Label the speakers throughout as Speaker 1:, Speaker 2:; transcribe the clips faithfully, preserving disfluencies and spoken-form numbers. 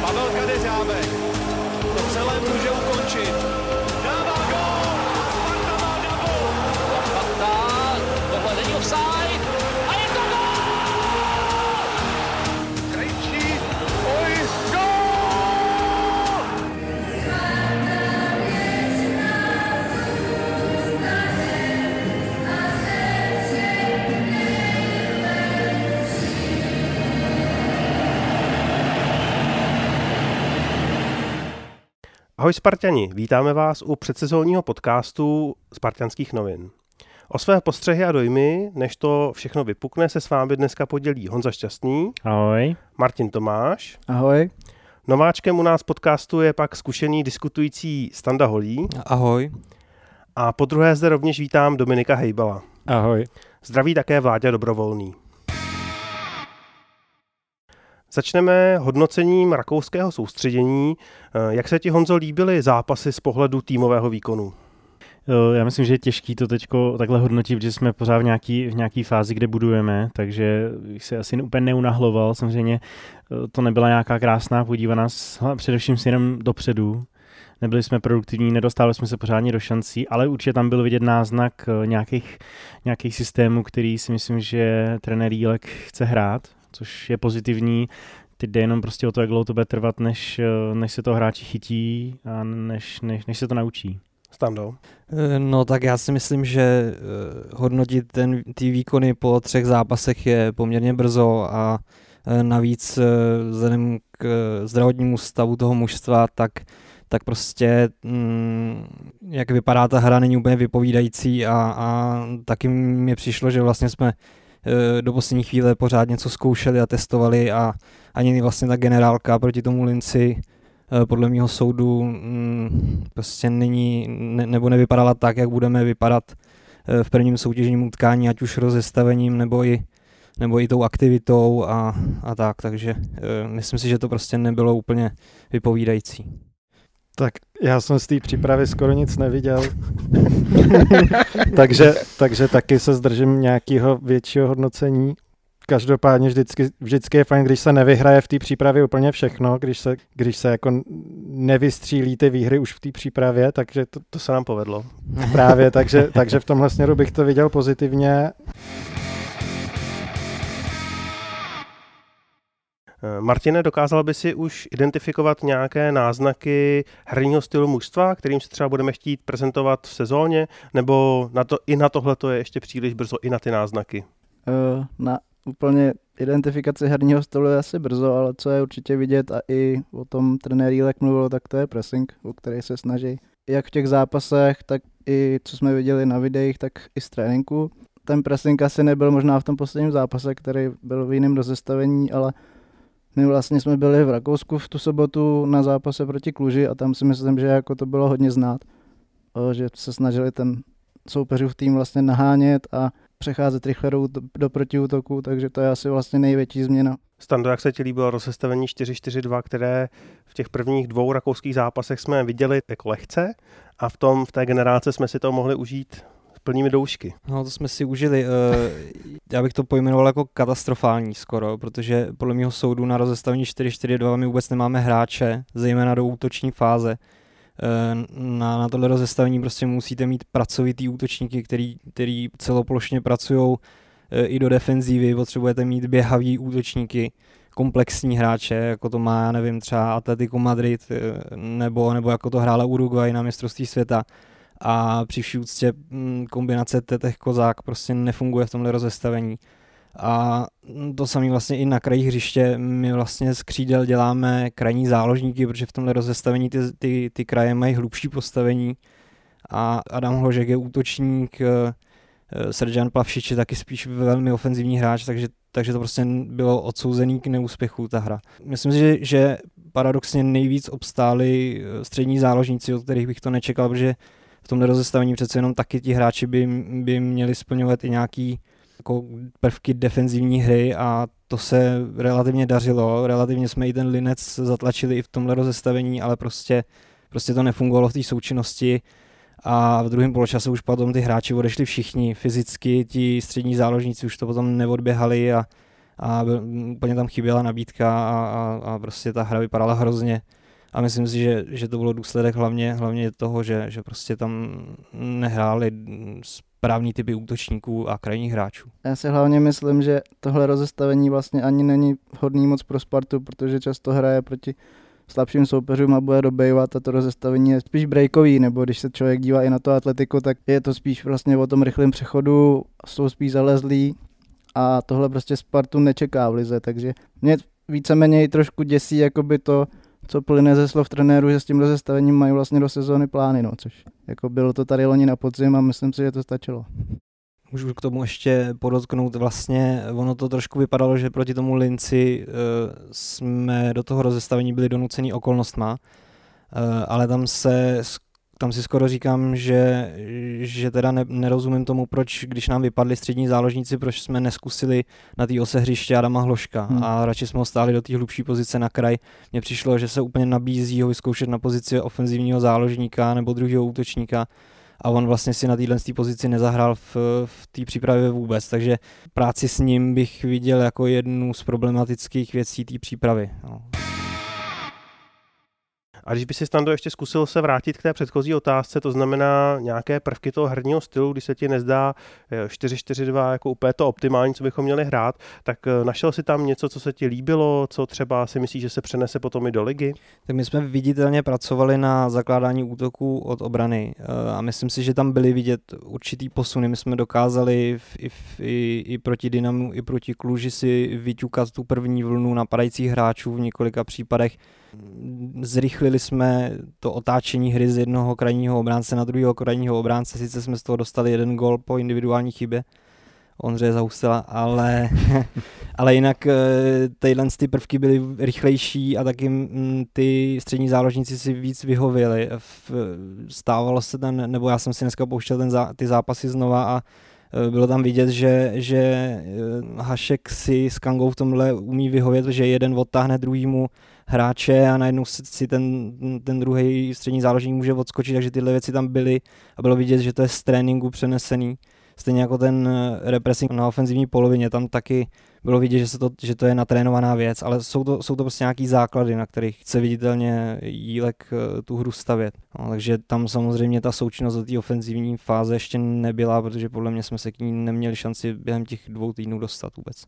Speaker 1: Pavel Kadeřábek to celé může ukončit. Dává gól! Sparta má double!
Speaker 2: Sparta, tohle není offside a je to gól!
Speaker 1: Krejčí, oj, gól!
Speaker 3: Ahoj Sparťani, vítáme vás u předsezónního podcastu Spartanských novin. O své postřehy a dojmy, než to všechno vypukne, se s vámi dneska podělí Honza Šťastný.
Speaker 4: Ahoj.
Speaker 3: Martin Tomáš.
Speaker 5: Ahoj.
Speaker 3: Nováčkem u nás podcastu je pak zkušený diskutující Standa Holý.
Speaker 5: Ahoj.
Speaker 3: A podruhé zde rovněž vítám Dominika Hejbala.
Speaker 4: Ahoj.
Speaker 3: Zdraví také Vláďa Dobrovolný. Začneme hodnocením rakouského soustředění. Jak se ti, Honzo, líbily zápasy z pohledu týmového výkonu?
Speaker 4: Já myslím, že je těžký to teďko takhle hodnotit, protože jsme pořád v nějaký, v nějaký fázi, kde budujeme, takže se asi úplně neunahloval. Samozřejmě to nebyla nějaká krásná podívaná, především si jenom dopředu. Nebyli jsme produktivní, nedostávali jsme se pořádně do šancí, ale určitě tam byl vidět náznak nějakých, nějakých systémů, který si myslím, že trenér Jílek chce hrát, což je pozitivní. Teď jde jenom prostě o to, jak dlouho to bude trvat, než, než se to hráči chytí a než, než, než se to naučí.
Speaker 3: Stando?
Speaker 5: No tak já si myslím, že hodnotit ten, ty výkony po třech zápasech je poměrně brzo a navíc vzhledem k zdravotnímu stavu toho mužstva, tak, tak prostě jak vypadá ta hra, není úplně vypovídající a, a taky mi přišlo, že vlastně jsme do poslední chvíle pořád něco zkoušeli a testovali a ani vlastně ta generálka proti tomu Linci podle mého soudu prostě není, ne, nebo nevypadala tak, jak budeme vypadat v prvním soutěžním utkání, ať už rozestavením nebo i, nebo i tou aktivitou a, a tak, takže myslím si, že to prostě nebylo úplně vypovídající.
Speaker 6: Tak já jsem z té přípravy skoro nic neviděl, takže, takže taky se zdržím nějakého většího hodnocení. Každopádně vždycky, vždycky je fajn, když se nevyhraje v té přípravě úplně všechno, když se, když se jako nevystřílí ty výhry už v té přípravě, takže to,
Speaker 3: To se nám povedlo.
Speaker 6: právě, takže, takže v tomhle směru bych to viděl pozitivně.
Speaker 3: Martine, dokázal by si už identifikovat nějaké náznaky herního stylu mužstva, kterým se třeba budeme chtít prezentovat v sezóně, nebo na to, i na tohle to je ještě příliš brzo, i na ty náznaky?
Speaker 7: Uh, na úplně identifikaci herního stylu je asi brzo, ale co je určitě vidět a i o tom trenér Jílek mluvil, tak to je pressing, o který se snaží. Jak v těch zápasech, tak i co jsme viděli na videích, tak i z tréninku. Ten pressing asi nebyl možná v tom posledním zápase, který byl v jiném rozestavení, ale my vlastně jsme byli v Rakousku v tu sobotu na zápase proti Kluži a tam si myslím, že jako to bylo hodně znát, že se snažili ten soupeřův tým vlastně nahánět a přecházet rychle do, do protiútoku, takže to je asi vlastně největší změna.
Speaker 3: Stando, jak se ti líbilo rozsestavení čtyři čtyři dva, které v těch prvních dvou rakouských zápasech jsme viděli jako lehce a v tom v té generaci jsme si to mohli užít plnými doušky?
Speaker 5: No to jsme si užili. Já bych to pojmenoval jako katastrofální skoro, protože podle mého soudu na rozestavení čtyři čtyři dva my vůbec nemáme hráče, zejména do útoční fáze. Na, na tohle rozestavení prostě musíte mít pracovitý útočníky, který, který celoplošně pracují i do defenzívy, potřebujete mít běhavý útočníky, komplexní hráče, jako to má, já nevím, třeba Atletico Madrid, nebo, nebo jako to hrála Uruguay na mistrovství světa. A při vší úctě kombinace Tetech Kozák prostě nefunguje v tomhle rozestavení. A to samé vlastně i na kraji hřiště, my vlastně z křídel děláme krajní záložníky, protože v tomhle rozestavení ty, ty, ty kraje mají hlubší postavení a Adam Hložek je útočník, Srdjan Plavšič je taky spíš velmi ofenzivní hráč, takže, takže to prostě bylo odsouzený k neúspěchu ta hra. Myslím si, že, že paradoxně nejvíc obstáli střední záložníci, od kterých bych to nečekal, protože v tomhle rozestavení přece jenom taky ti hráči by, by měli splňovat i nějaký jako prvky defenzivní hry a to se relativně dařilo. Relativně jsme i ten Linec zatlačili i v tomhle rozestavení, ale prostě, prostě to nefungovalo v té součinnosti a v druhém poločase už potom ty hráči odešli všichni. Fyzicky ti střední záložníci už to potom neodběhali a, a byl, úplně tam chyběla nabídka a, a, a prostě ta hra vypadala hrozně. A myslím si, že, že to bylo důsledek hlavně, hlavně toho, že, že prostě tam nehráli správný typy útočníků a krajních hráčů.
Speaker 7: Já si hlavně myslím, že tohle rozestavení vlastně ani není vhodný moc pro Spartu, protože často hraje proti slabším soupeřům a bude dobejovat a to rozestavení je spíš breakový, nebo když se člověk dívá i na to Atletico, tak je to spíš vlastně o tom rychlém přechodu, jsou spíš zalezlí a tohle prostě Spartu nečeká v lize, takže mě víceméně i trošku děsí jakoby to, co plyne ze slov trenérů, že s tím rozestavením mají vlastně do sezóny plány, no, což jako bylo to tady loni na podzim a myslím si, že to stačilo.
Speaker 5: Můžu k tomu ještě podotknout, vlastně ono to trošku vypadalo, že proti tomu Linci uh, jsme do toho rozestavení byli donucený okolnostma, uh, ale tam se tam si skoro říkám, že, že teda ne, nerozumím tomu, proč, když nám vypadli střední záložníci, proč jsme neskusili na té ose hřiště Adama Hloška hmm. a radši jsme ho stáli do té hlubší pozice na kraj. Mně přišlo, že se úplně nabízí ho vyzkoušet na pozici ofenzivního záložníka nebo druhého útočníka a on vlastně si na této pozici nezahrál v, v té přípravě vůbec, takže práci s ním bych viděl jako jednu z problematických věcí té přípravy. No.
Speaker 3: A když by si, Stando, ještě zkusil se vrátit k té předchozí otázce, to znamená nějaké prvky toho herního stylu, kdy se ti nezdá čtyři čtyři dva jako úplně to optimální, co bychom měli hrát, tak našel si tam něco, co se ti líbilo, co třeba si myslíš, že se přenese potom i do ligy?
Speaker 5: Tak my jsme viditelně pracovali na zakládání útoků od obrany a myslím si, že tam byly vidět určitý posuny. My jsme dokázali v, i, v, i, i proti Dynamu, i proti Kluži si vyťukat tu první vlnu napadajících hráčů v několika případech. Zrychlili jsme to otáčení hry z jednoho krajního obránce na druhého krajního obránce, sice jsme z toho dostali jeden gól po individuální chybě Ondřeje Zahustela, ale, ale jinak tyhle ty prvky byly rychlejší a taky ty střední záložníci si víc vyhověli. Stávalo se tam, nebo já jsem si dneska pouštěl ten, ty zápasy znova a bylo tam vidět, že, že Hašek si s Kangou v tomhle umí vyhovět, že jeden odtáhne druhýmu hráče a najednou si ten, ten druhý střední záložník může odskočit, takže tyhle věci tam byly a bylo vidět, že to je z tréninku přenesený. Stejně jako ten repressing na ofenzivní polovině, tam taky bylo vidět, že, se to, že to je natrénovaná věc, ale jsou to, jsou to prostě nějaký základy, na kterých chce viditelně Jílek tu hru stavět. No, takže tam samozřejmě ta součinnost do té ofenzivní fáze ještě nebyla, protože podle mě jsme se k ní neměli šanci během těch dvou týdnů dostat vůbec.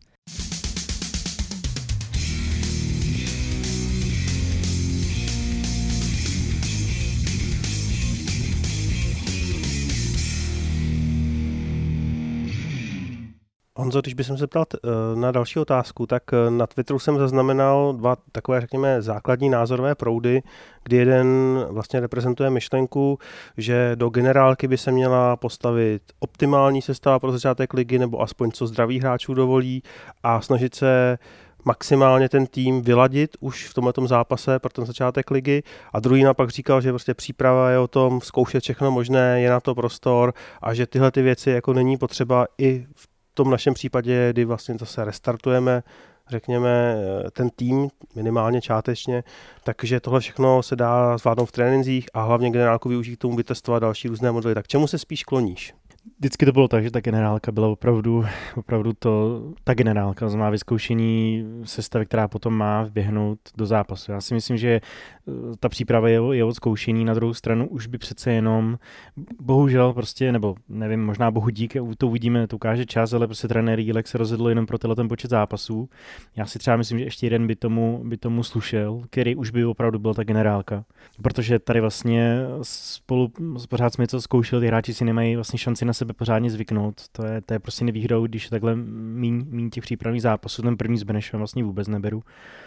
Speaker 3: Honzo, když bych se zeptal na další otázku, tak na Twitteru jsem zaznamenal dva takové, řekněme, základní názorové proudy, kdy jeden vlastně reprezentuje myšlenku, že do generálky by se měla postavit optimální sestava pro začátek ligy, nebo aspoň co zdraví hráčů dovolí a snažit se maximálně ten tým vyladit už v tomhletom zápase pro ten začátek ligy a druhý naopak říkal, že prostě příprava je o tom zkoušet všechno možné, je na to prostor a že tyhle ty věci jako není potřeba i v v tom našem případě, kdy vlastně zase restartujeme, řekněme, ten tým minimálně čátečně, takže tohle všechno se dá zvládnout v trénincích a hlavně generálku využít k tomu vytestovat další různé modely. Tak čemu se spíš kloníš?
Speaker 4: Vždycky to bylo tak, že ta generálka byla opravdu, opravdu to, ta generálka znamená vyzkoušení sestavy, která potom má vběhnout do zápasu. Já si myslím, že ta příprava je, je od zkoušení, na druhou stranu už by přece jenom, bohužel prostě, nebo nevím, možná bohu dík, to uvidíme, to ukáže čas, ale prostě trenér Jílek se rozhodl jenom pro tenhle ten počet zápasů. Já si třeba myslím, že ještě jeden by tomu, by tomu slušel, který už by opravdu byla ta generálka. Protože tady vlastně spolu pořád jsme to zkoušeli, ty hráči si nemají vlastně šanci na sebe pořádně zvyknout. To je, to je prostě nevýhodou, když takhle míň, míň těch přípravných zápasů, ten první s Benešem vlastně vůbec neberu.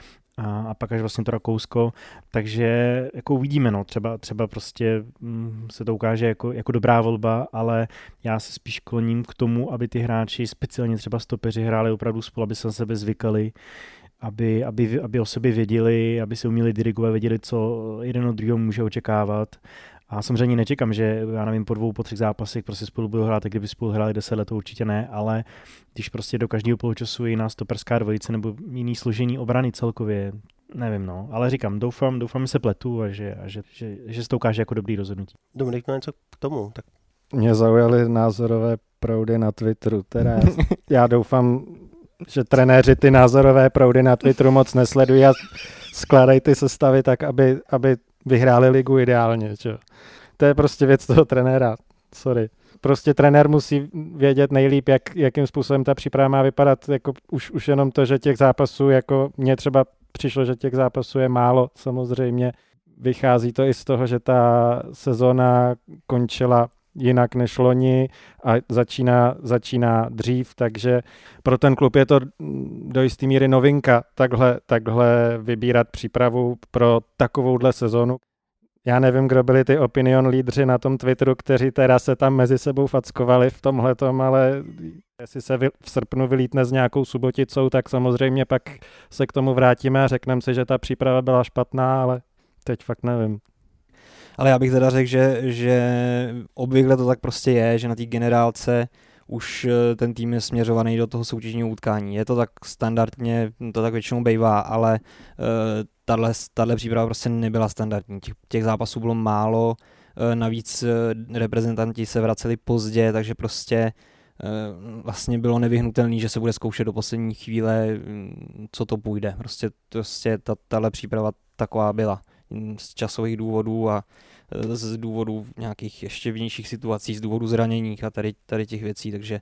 Speaker 4: A, a pak až vlastně to Rakousko, takže jako uvidíme, no, třeba, třeba prostě mm, se to ukáže jako, jako dobrá volba, ale já se spíš kloním k tomu, aby ty hráči, speciálně třeba stopeři, hráli opravdu spolu, aby se na sebe zvykali, aby, aby, aby o sobě věděli, aby se uměli dirigovat, věděli, co jeden od druhého může očekávat. A samozřejmě nečekám, že já nevím, po dvou, po třech zápasech prostě spolu budou hrát, tak kdyby spolu hráli deset let, to určitě ne, ale když prostě do každého poločasu je jiná stoperská dvojice nebo jiný složení obrany celkově, nevím, no, ale říkám, doufám, doufám, že se pletu a že, a že, že, že se to ukáže jako dobrý rozhodnutí.
Speaker 3: Dominik, no něco k tomu, tak
Speaker 6: mě zaujaly názorové proudy na Twitteru, teda já, já doufám, že trenéři ty názorové proudy na Twitteru moc nesledují a skládají ty sestavy tak, aby, aby vyhráli ligu ideálně. Čo? To je prostě věc toho trenéra. Sorry. Prostě trenér musí vědět nejlíp, jak, jakým způsobem ta příprava má vypadat. Jako už, už jenom to, že těch zápasů, jako mně třeba přišlo, že těch zápasů je málo, samozřejmě. Vychází to i z toho, že ta sezóna končila jinak než loni a začíná, začíná dřív, takže pro ten klub je to do jisté míry novinka takhle, takhle vybírat přípravu pro takovouhle sezónu. Já nevím, kdo byli ty opinion lídři na tom Twitteru, kteří teda se tam mezi sebou fackovali v tomhletom, ale jestli se v srpnu vylítne s nějakou suboticou, tak samozřejmě pak se k tomu vrátíme a řekneme si, že ta příprava byla špatná, ale teď fakt nevím.
Speaker 5: Ale já bych teda řekl, že, že obvykle to tak prostě je, že na té generálce už ten tým je směřovaný do toho soutěžního utkání. Je to tak standardně, to tak většinou bývá, ale uh, tahle, tahle příprava prostě nebyla standardní. Těch, těch zápasů bylo málo, uh, navíc uh, reprezentanti se vraceli pozdě, takže prostě uh, vlastně bylo nevyhnutelné, že se bude zkoušet do poslední chvíle, co to půjde. Prostě, prostě ta, tahle příprava taková byla z časových důvodů a z důvodů nějakých ještě vnějších situací, z důvodů zranění a tady, tady těch věcí, takže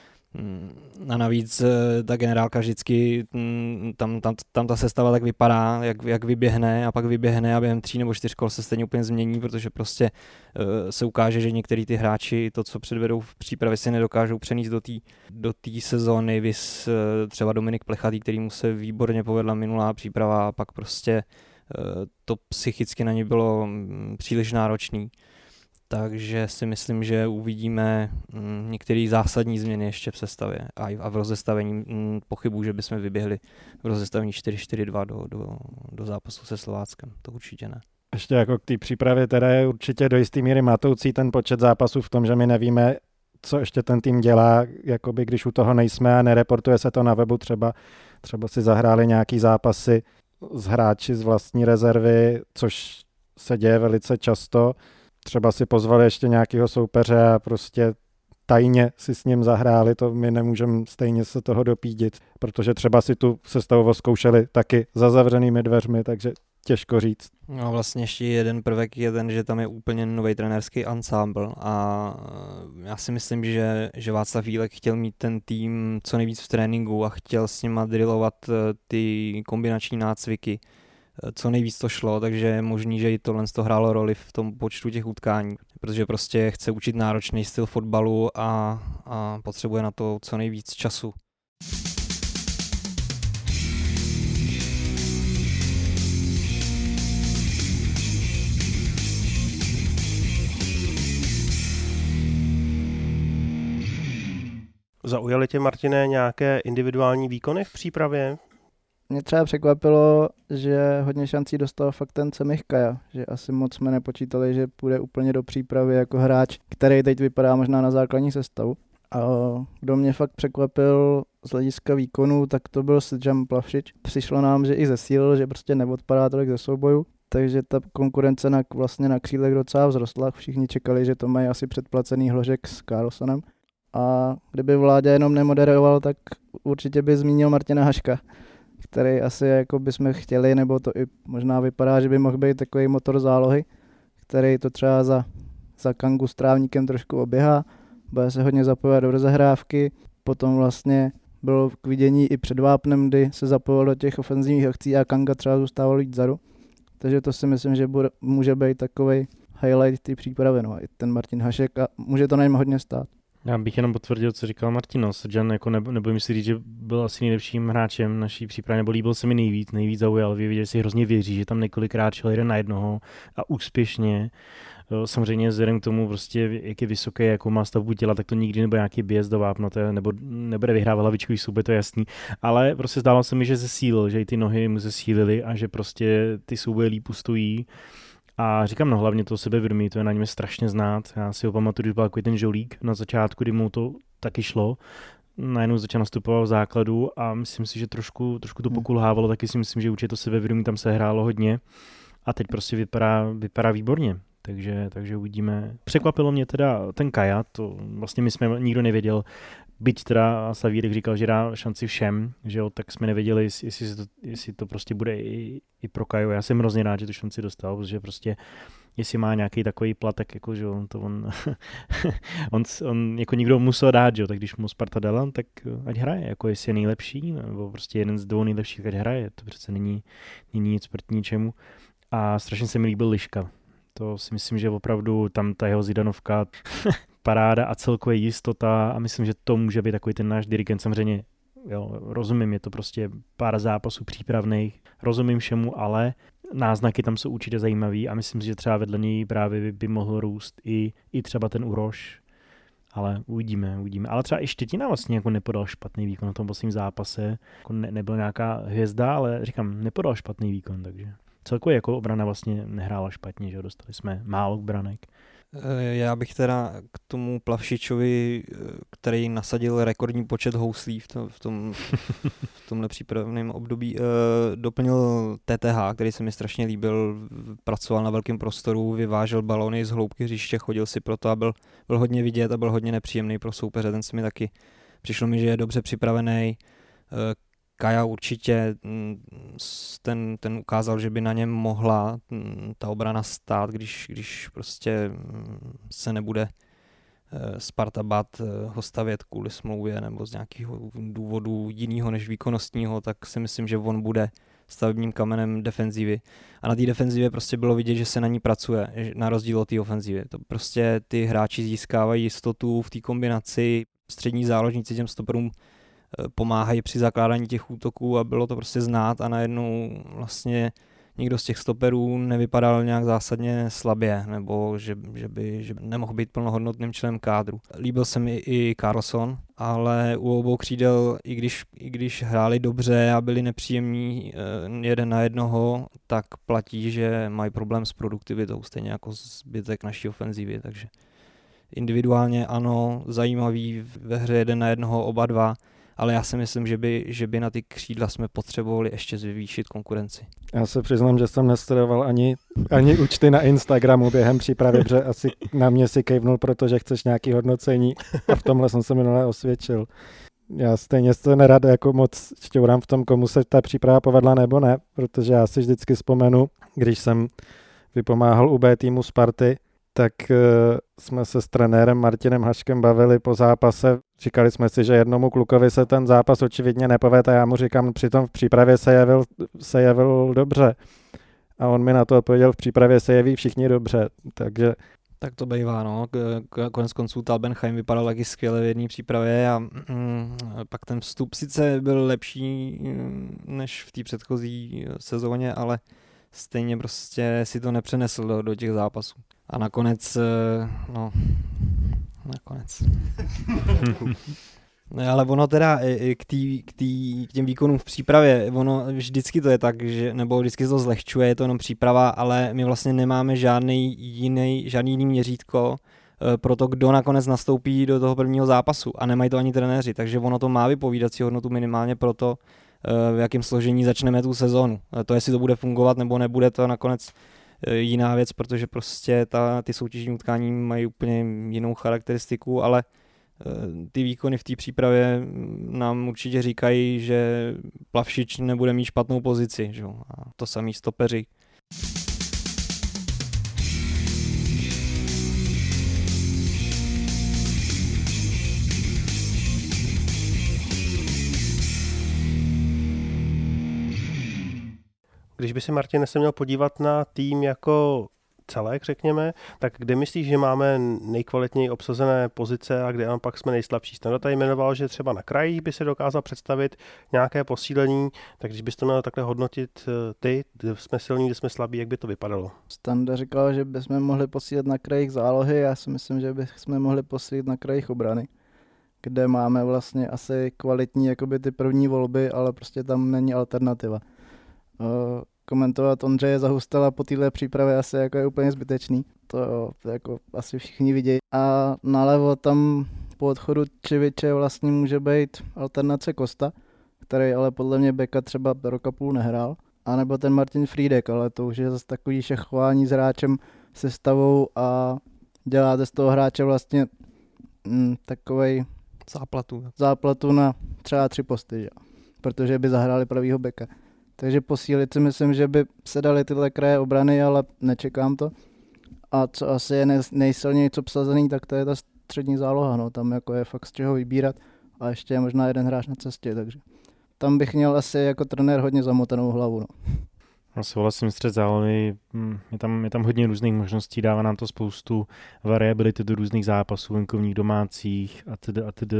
Speaker 5: a navíc ta generálka vždycky, tam, tam, tam ta sestava tak vypadá, jak, jak vyběhne a pak vyběhne a během tří nebo čtyř kol se stejně úplně změní, protože prostě se ukáže, že některý ty hráči to, co předvedou v přípravě, si nedokážou přenést do té do té sezóny, vys třeba Dominik Plechatý, kterýmu se výborně povedla minulá příprava a pak prostě to psychicky na ně bylo příliš náročný. Takže si myslím, že uvidíme některé zásadní změny ještě v sestavě a v rozestavení. Pochybuji, že bychom vyběhli v rozestavení čtyři čtyři dva do, do, do zápasu se Slováckem. To určitě ne.
Speaker 6: Ještě jako k té přípravě teda je určitě do jisté míry matoucí ten počet zápasů v tom, že my nevíme, co ještě ten tým dělá, jakoby když u toho nejsme a nereportuje se to na webu, třeba, třeba si zahráli nějaký zápasy s hráči z vlastní rezervy, což se děje velice často. Třeba si pozvali ještě nějakého soupeře a prostě tajně si s ním zahráli, to my nemůžeme stejně se toho dopídit, protože třeba si tu sestavu zkoušeli taky za zavřenými dveřmi, takže těžko říct.
Speaker 5: No vlastně ještě jeden prvek je ten, že tam je úplně nový trenérský ansámbl a já si myslím, že, že Václav Vílek chtěl mít ten tým co nejvíc v tréninku a chtěl s nima drillovat ty kombinační nácviky, co nejvíc to šlo, takže je možný, že i tohle to hrálo roli v tom počtu těch utkání, protože prostě chce učit náročný styl fotbalu a, a potřebuje na to co nejvíc času.
Speaker 3: Zaujaly tě, Martine, nějaké individuální výkony v přípravě?
Speaker 7: Mě třeba překvapilo, že hodně šancí dostal fakt ten Semich Kaja, že asi moc jsme nepočítali, že půjde úplně do přípravy jako hráč, který teď vypadá možná na základní sestavu. A kdo mě fakt překvapil z hlediska výkonu, tak to byl Srdjan Plavšič. Přišlo nám, že i zesílil, že prostě neodpadá tolik ze souboju, takže ta konkurence na, vlastně na křídlech docela vzrostla. Všichni čekali, že to mají asi předplacený Hložek s Carlsonem. A kdyby Vláďa jenom nemoderoval, tak určitě by zmínil Martina Haška, který asi jako bychom chtěli, nebo to i možná vypadá, že by mohl být takový motor zálohy, který to třeba za, za Kangu s Trávníkem trošku oběhá, bude se hodně zapojovat do rozehrávky, potom vlastně bylo k vidění i před Vápnem, kdy se zapojoval do těch ofenzivních akcí a Kanga třeba zůstával jít vzadu, takže to si myslím, že bude, může být takový highlight té přípravy, no, i ten Martin Hašek a může to na něm hodně stát.
Speaker 4: Já bych jenom potvrdil, co říkal Martin. No, Srdjan, jako nebo, nebojím si říct, že byl asi nejlepším hráčem naší přípravy, nebo líbil se mi nejvíc, nejvíc zaujal. Vy vidět, že si hrozně věří, že tam několikrát šel jeden na jednoho a úspěšně. Samozřejmě vzhledem k tomu, prostě, jak je vysoké, jakou má stavbu těla, tak to nikdy nebude nějaký běz do vápna, nebo nebude vyhrávat hlavičkový souboj, to je jasný. Ale prostě zdálo se mi, že zesílil, že i ty nohy mu zesílily a že prostě ty souboje líp ustojí. A říkám, no hlavně to sebevědomí, to je na něm strašně znát. Já si ho pamatuju, když byl takový ten žolík na začátku, kdy mu to taky šlo. Najednou začal nastupovat v základu a myslím si, že trošku, trošku to pokulhávalo, taky si myslím, že určitě to sebevědomí tam se hrálo hodně. A teď prostě vypadá, vypadá výborně. Takže, takže uvidíme. Překvapilo mě teda ten Kaja, to vlastně my jsme nikdo nevěděl, byť teda Savírek říkal, že dá šanci všem, že jo, tak jsme nevěděli, jestli to, jestli to prostě bude i, i pro Kaju. Já jsem hrozně rád, že tu šanci dostal, protože prostě jestli má nějaký takový plat, tak jako, že on to on, on, on jako nikdo musel dát, že jo, tak když mu Sparta dala, tak ať hraje, jako jestli je nejlepší, nebo prostě jeden z dvou nejlepších, ať hraje, to přece není, není nic proti ničemu. A strašně se mi líbil Liška. To si myslím, že opravdu tam ta jeho Zidanovka paráda a celkově jistota a myslím, že to může být takový ten náš dirigent. Samozřejmě, jo, rozumím, je to prostě pár zápasů přípravných, rozumím všemu, ale náznaky tam jsou určitě zajímavý a myslím si, že třeba vedle něj právě by, by mohl růst i, i třeba ten Uroš, ale uvidíme, uvidíme. Ale třeba i Štětina vlastně jako nepodal špatný výkon na tom posledním zápase, jako ne, nebyl nějaká hvězda, ale říkám, nepodal špatný výkon, takže celkově jako obrana vlastně nehrála špatně, že jo, dostali jsme málo branek.
Speaker 5: Já bych teda k tomu Plavšičovi, který nasadil rekordní počet houslí v, to, v, tom, v tomhle přípravném období, doplnil T T H, který se mi strašně líbil, pracoval na velkém prostoru, vyvážel balony z hloubky hřiště, chodil si pro to a byl, byl hodně vidět a byl hodně nepříjemný pro soupeře, ten se mi taky přišlo mi, že je dobře připravený. Kaja určitě ten, ten ukázal, že by na něm mohla ta obrana stát, když, když prostě se nebude Sparta bát ho stavět kvůli smlouvě nebo z nějakého důvodu jiného než výkonnostního, tak si myslím, že on bude stavebním kamenem defenzívy. A na té defenzivě prostě bylo vidět, že se na ní pracuje, na rozdíl od té ofenzivy. To prostě ty hráči získávají jistotu v té kombinaci, střední záložníci těm stoperům pomáhají při zakládání těch útoků a bylo to prostě znát a najednou vlastně nikdo z těch stoperů nevypadal nějak zásadně slabě nebo že, že by že nemohl být plnohodnotným členem kádru. Líbil se mi i Carlson, ale u obou křídel, i když, i když hráli dobře a byli nepříjemní jeden na jednoho, tak platí, že mají problém s produktivitou, stejně jako zbytek naší ofenzívy, takže individuálně ano, zajímavý ve hře jeden na jednoho oba dva, ale já si myslím, že by, že by na ty křídla jsme potřebovali ještě zvýšit konkurenci.
Speaker 6: Já se přiznám, že jsem nesledoval ani, ani účty na Instagramu během přípravy, protože asi na mě si kejvnul, protože chceš nějaký hodnocení a v tomhle jsem se minule osvědčil. Já stejně se nerad jako moc šťourám v tom, komu se ta příprava povedla nebo ne, protože já si vždycky vzpomenu, když jsem vypomáhal u B týmu Sparty, tak uh, jsme se s trenérem Martinem Haškem bavili po zápase. Říkali jsme si, že jednomu klukovi se ten zápas očividně nepovede a já mu říkám, přitom v přípravě se jevil, se jevil dobře. A on mi na to odpověděl, v přípravě se jeví všichni dobře, takže...
Speaker 5: Tak to bývá, no. Konec konců Talbenheim vypadal taky skvěle v jedné přípravě a mm, pak ten vstup sice byl lepší než v té předchozí sezóně, ale stejně prostě si to nepřenesl do, do těch zápasů. A nakonec, no, nakonec. No, ale ono teda k, tý, k, tý, k těm výkonům v přípravě, ono vždycky to je tak, že, nebo vždycky to zlehčuje, je to jenom příprava, ale my vlastně nemáme žádný jiný, žádný jiný měřítko pro to, kdo nakonec nastoupí do toho prvního zápasu a nemají to ani trenéři, takže ono to má vypovídací hodnotu minimálně pro to, v jakém složení začneme tu sezónu. To, jestli to bude fungovat nebo nebude, to nakonec jiná věc, protože prostě ta, ty soutěžní utkání mají úplně jinou charakteristiku, ale ty výkony v té přípravě nám určitě říkají, že Plavšič nebude mít špatnou pozici, že? A to samý stopeři.
Speaker 3: Když by si, Martin, se měl podívat na tým jako celek, řekněme, tak kde myslíš, že máme nejkvalitněji obsazené pozice a kde pak jsme nejslabší? Standa tady jmenoval, že třeba na krajích by se dokázal představit nějaké posílení, tak když bys to měl takhle hodnotit ty, kde jsme silní, kde jsme slabí, jak by to vypadalo?
Speaker 7: Standa říkal, že bychom mohli posílit na krajích zálohy, já si myslím, že bychom mohli posílit na krajích obrany, kde máme vlastně asi kvalitní jakoby ty první volby, ale prostě tam není alternativa. Uh, komentovat Ondřeje Zahustala po téhle přípravě asi jako je úplně zbytečný. To, to jako asi všichni vidějí. A nalevo tam po odchodu Čiviče vlastně může být alternace Kosta, který ale podle mě beka třeba roka půl nehrál. A nebo ten Martin Friedek, ale to už je zase takový šachování s hráčem, sestavou a děláte z toho hráče vlastně mm, takovej
Speaker 5: Záplatu.
Speaker 7: záplatu na třeba tři posty, že? Protože by zahráli pravýho beka. Takže posílit si myslím, že by se dali tyhle kraje obrany, ale nečekám to. A co asi je nejsilněji co obsazený, tak to je ta střední záloha. No. Tam jako je fakt z čeho vybírat a ještě je možná jeden hráč na cestě, takže tam bych měl asi jako trenér hodně zamotanou hlavu. No.
Speaker 4: Já souhlasím, střed zálohy, je tam, je tam hodně různých možností, dává nám to spoustu variability do různých zápasů, venkovních, domácích a tedy a tedy.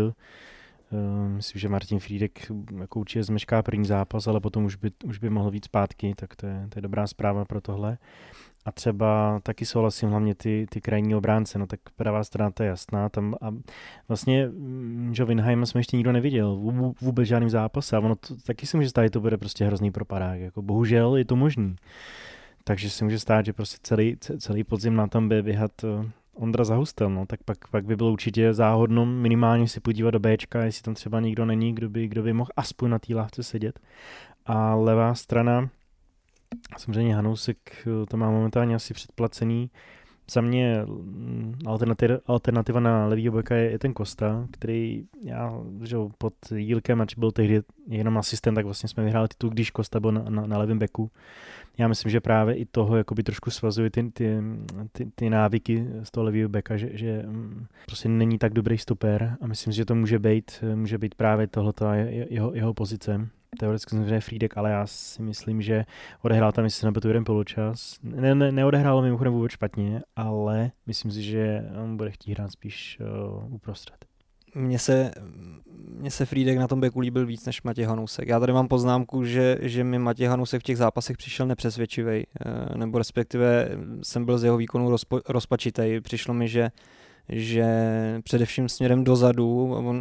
Speaker 4: Myslím, že Martin Frýdek jako určitě zmešká první zápas, ale potom už by, už by mohl víc zpátky, tak to je, to je dobrá zpráva pro tohle. A třeba taky souhlasím hlavně ty, ty krajní obránce, no tak pravá strana to je jasná. Tam a vlastně Joe Winheima jsme ještě nikdo neviděl, vůbec žádným zápase a ono to, taky si může stát, že to bude prostě hrozný propadák, jako bohužel je to možný. Takže si může stát, že prostě celý, celý podzim na tom bude běhat Ondra Zahustel, no, tak pak, pak by bylo určitě záhodno minimálně si podívat do Bčka, jestli tam třeba nikdo není, kdo by, kdo by mohl aspoň na té lávce sedět. A levá strana, samozřejmě Hanousek to má momentálně asi předplacený. Za mě alternativa, alternativa na levýho beka je, je ten Costa, který já, že pod Jílkem, ač byl tehdy jenom asistent, tak vlastně jsme vyhráli titul, když Costa byl na, na, na levém beku. Já myslím, že právě i toho jakoby trošku svazuje ty, ty, ty, ty návyky z toho levýho beka, že, že prostě není tak dobrý stoper a myslím, že to může být, může být právě tohleto jeho, jeho pozice. Teoreticky jsem říkal Frýdek, ale já si myslím, že odehrál tam, jestli se nebyl jeden poločas. Ne, ne, neodehrál mimochodem vůbec špatně, ale myslím si, že on bude chtít hrát spíš uh, uprostřed.
Speaker 5: Mně se, mně se Frýdek na tom beku líbil víc než Matěj Hanousek. Já tady mám poznámku, že, že mi Matěj Hanousek v těch zápasech přišel nepřesvědčivej, nebo respektive jsem byl z jeho výkonu rozpo, rozpačitej. Přišlo mi, že že především směrem dozadu on,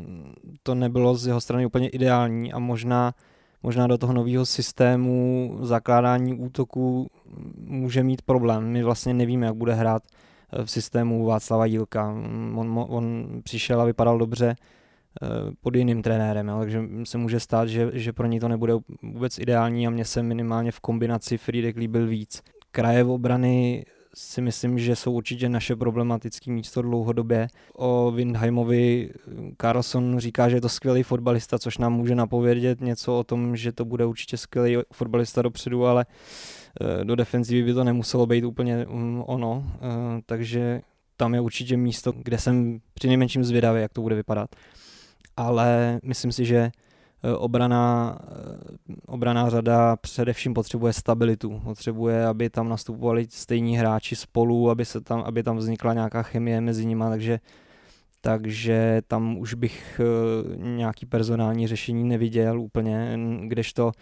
Speaker 5: to nebylo z jeho strany úplně ideální a možná, možná do toho nového systému zakládání útoku může mít problém. My vlastně nevíme, jak bude hrát v systému Václava Jílka. On, on přišel a vypadal dobře pod jiným trenérem, jo, takže se může stát, že, že pro něj to nebude vůbec ideální a mně se minimálně v kombinaci Frýdek líbil víc. Kraje v obrany si myslím, že jsou určitě naše problematické místo dlouhodobě. O Windheimovi Karlsson říká, že je to skvělý fotbalista, což nám může napovědět něco o tom, že to bude určitě skvělý fotbalista dopředu, ale do defenzivy by to nemuselo být úplně ono, takže tam je určitě místo, kde jsem přinejmenším zvědavý, jak to bude vypadat. Ale myslím si, že Obrana, obraná řada především potřebuje stabilitu. Potřebuje, aby tam nastupovali stejní hráči spolu, aby, se tam, aby tam vznikla nějaká chemie mezi nimi, takže, takže tam už bych nějaký personální řešení neviděl úplně, kdežto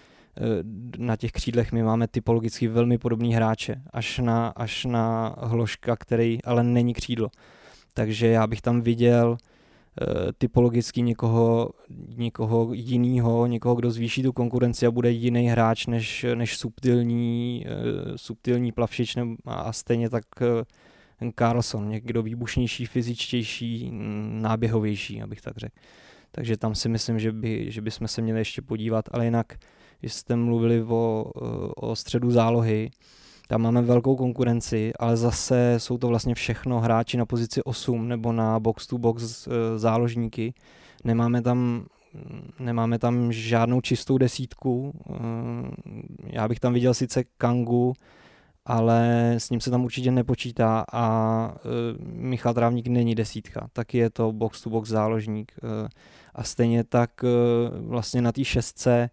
Speaker 5: na těch křídlech my máme typologicky velmi podobný hráče, až na, až na Hloška, který ale není křídlo. Takže já bych tam viděl typologicky někoho, někoho jinýho, někoho, kdo zvýší tu konkurenci a bude jiný hráč než, než subtilní, subtilní Plavšič a stejně tak Karlsson, někdo výbušnější, fyzičtější, náběhovější, abych tak řekl. Takže tam si myslím, že, by, že bychom se měli ještě podívat, ale jinak, když jste mluvili o, o středu zálohy, tam máme velkou konkurenci, ale zase jsou to vlastně všechno hráči na pozici osm nebo na box to box záložníky. Nemáme tam, nemáme tam žádnou čistou desítku. Já bych tam viděl sice Kangu, ale s ním se tam určitě nepočítá a Michal Trávník není desítka, taky je to box to box záložník. A stejně tak vlastně na té šestce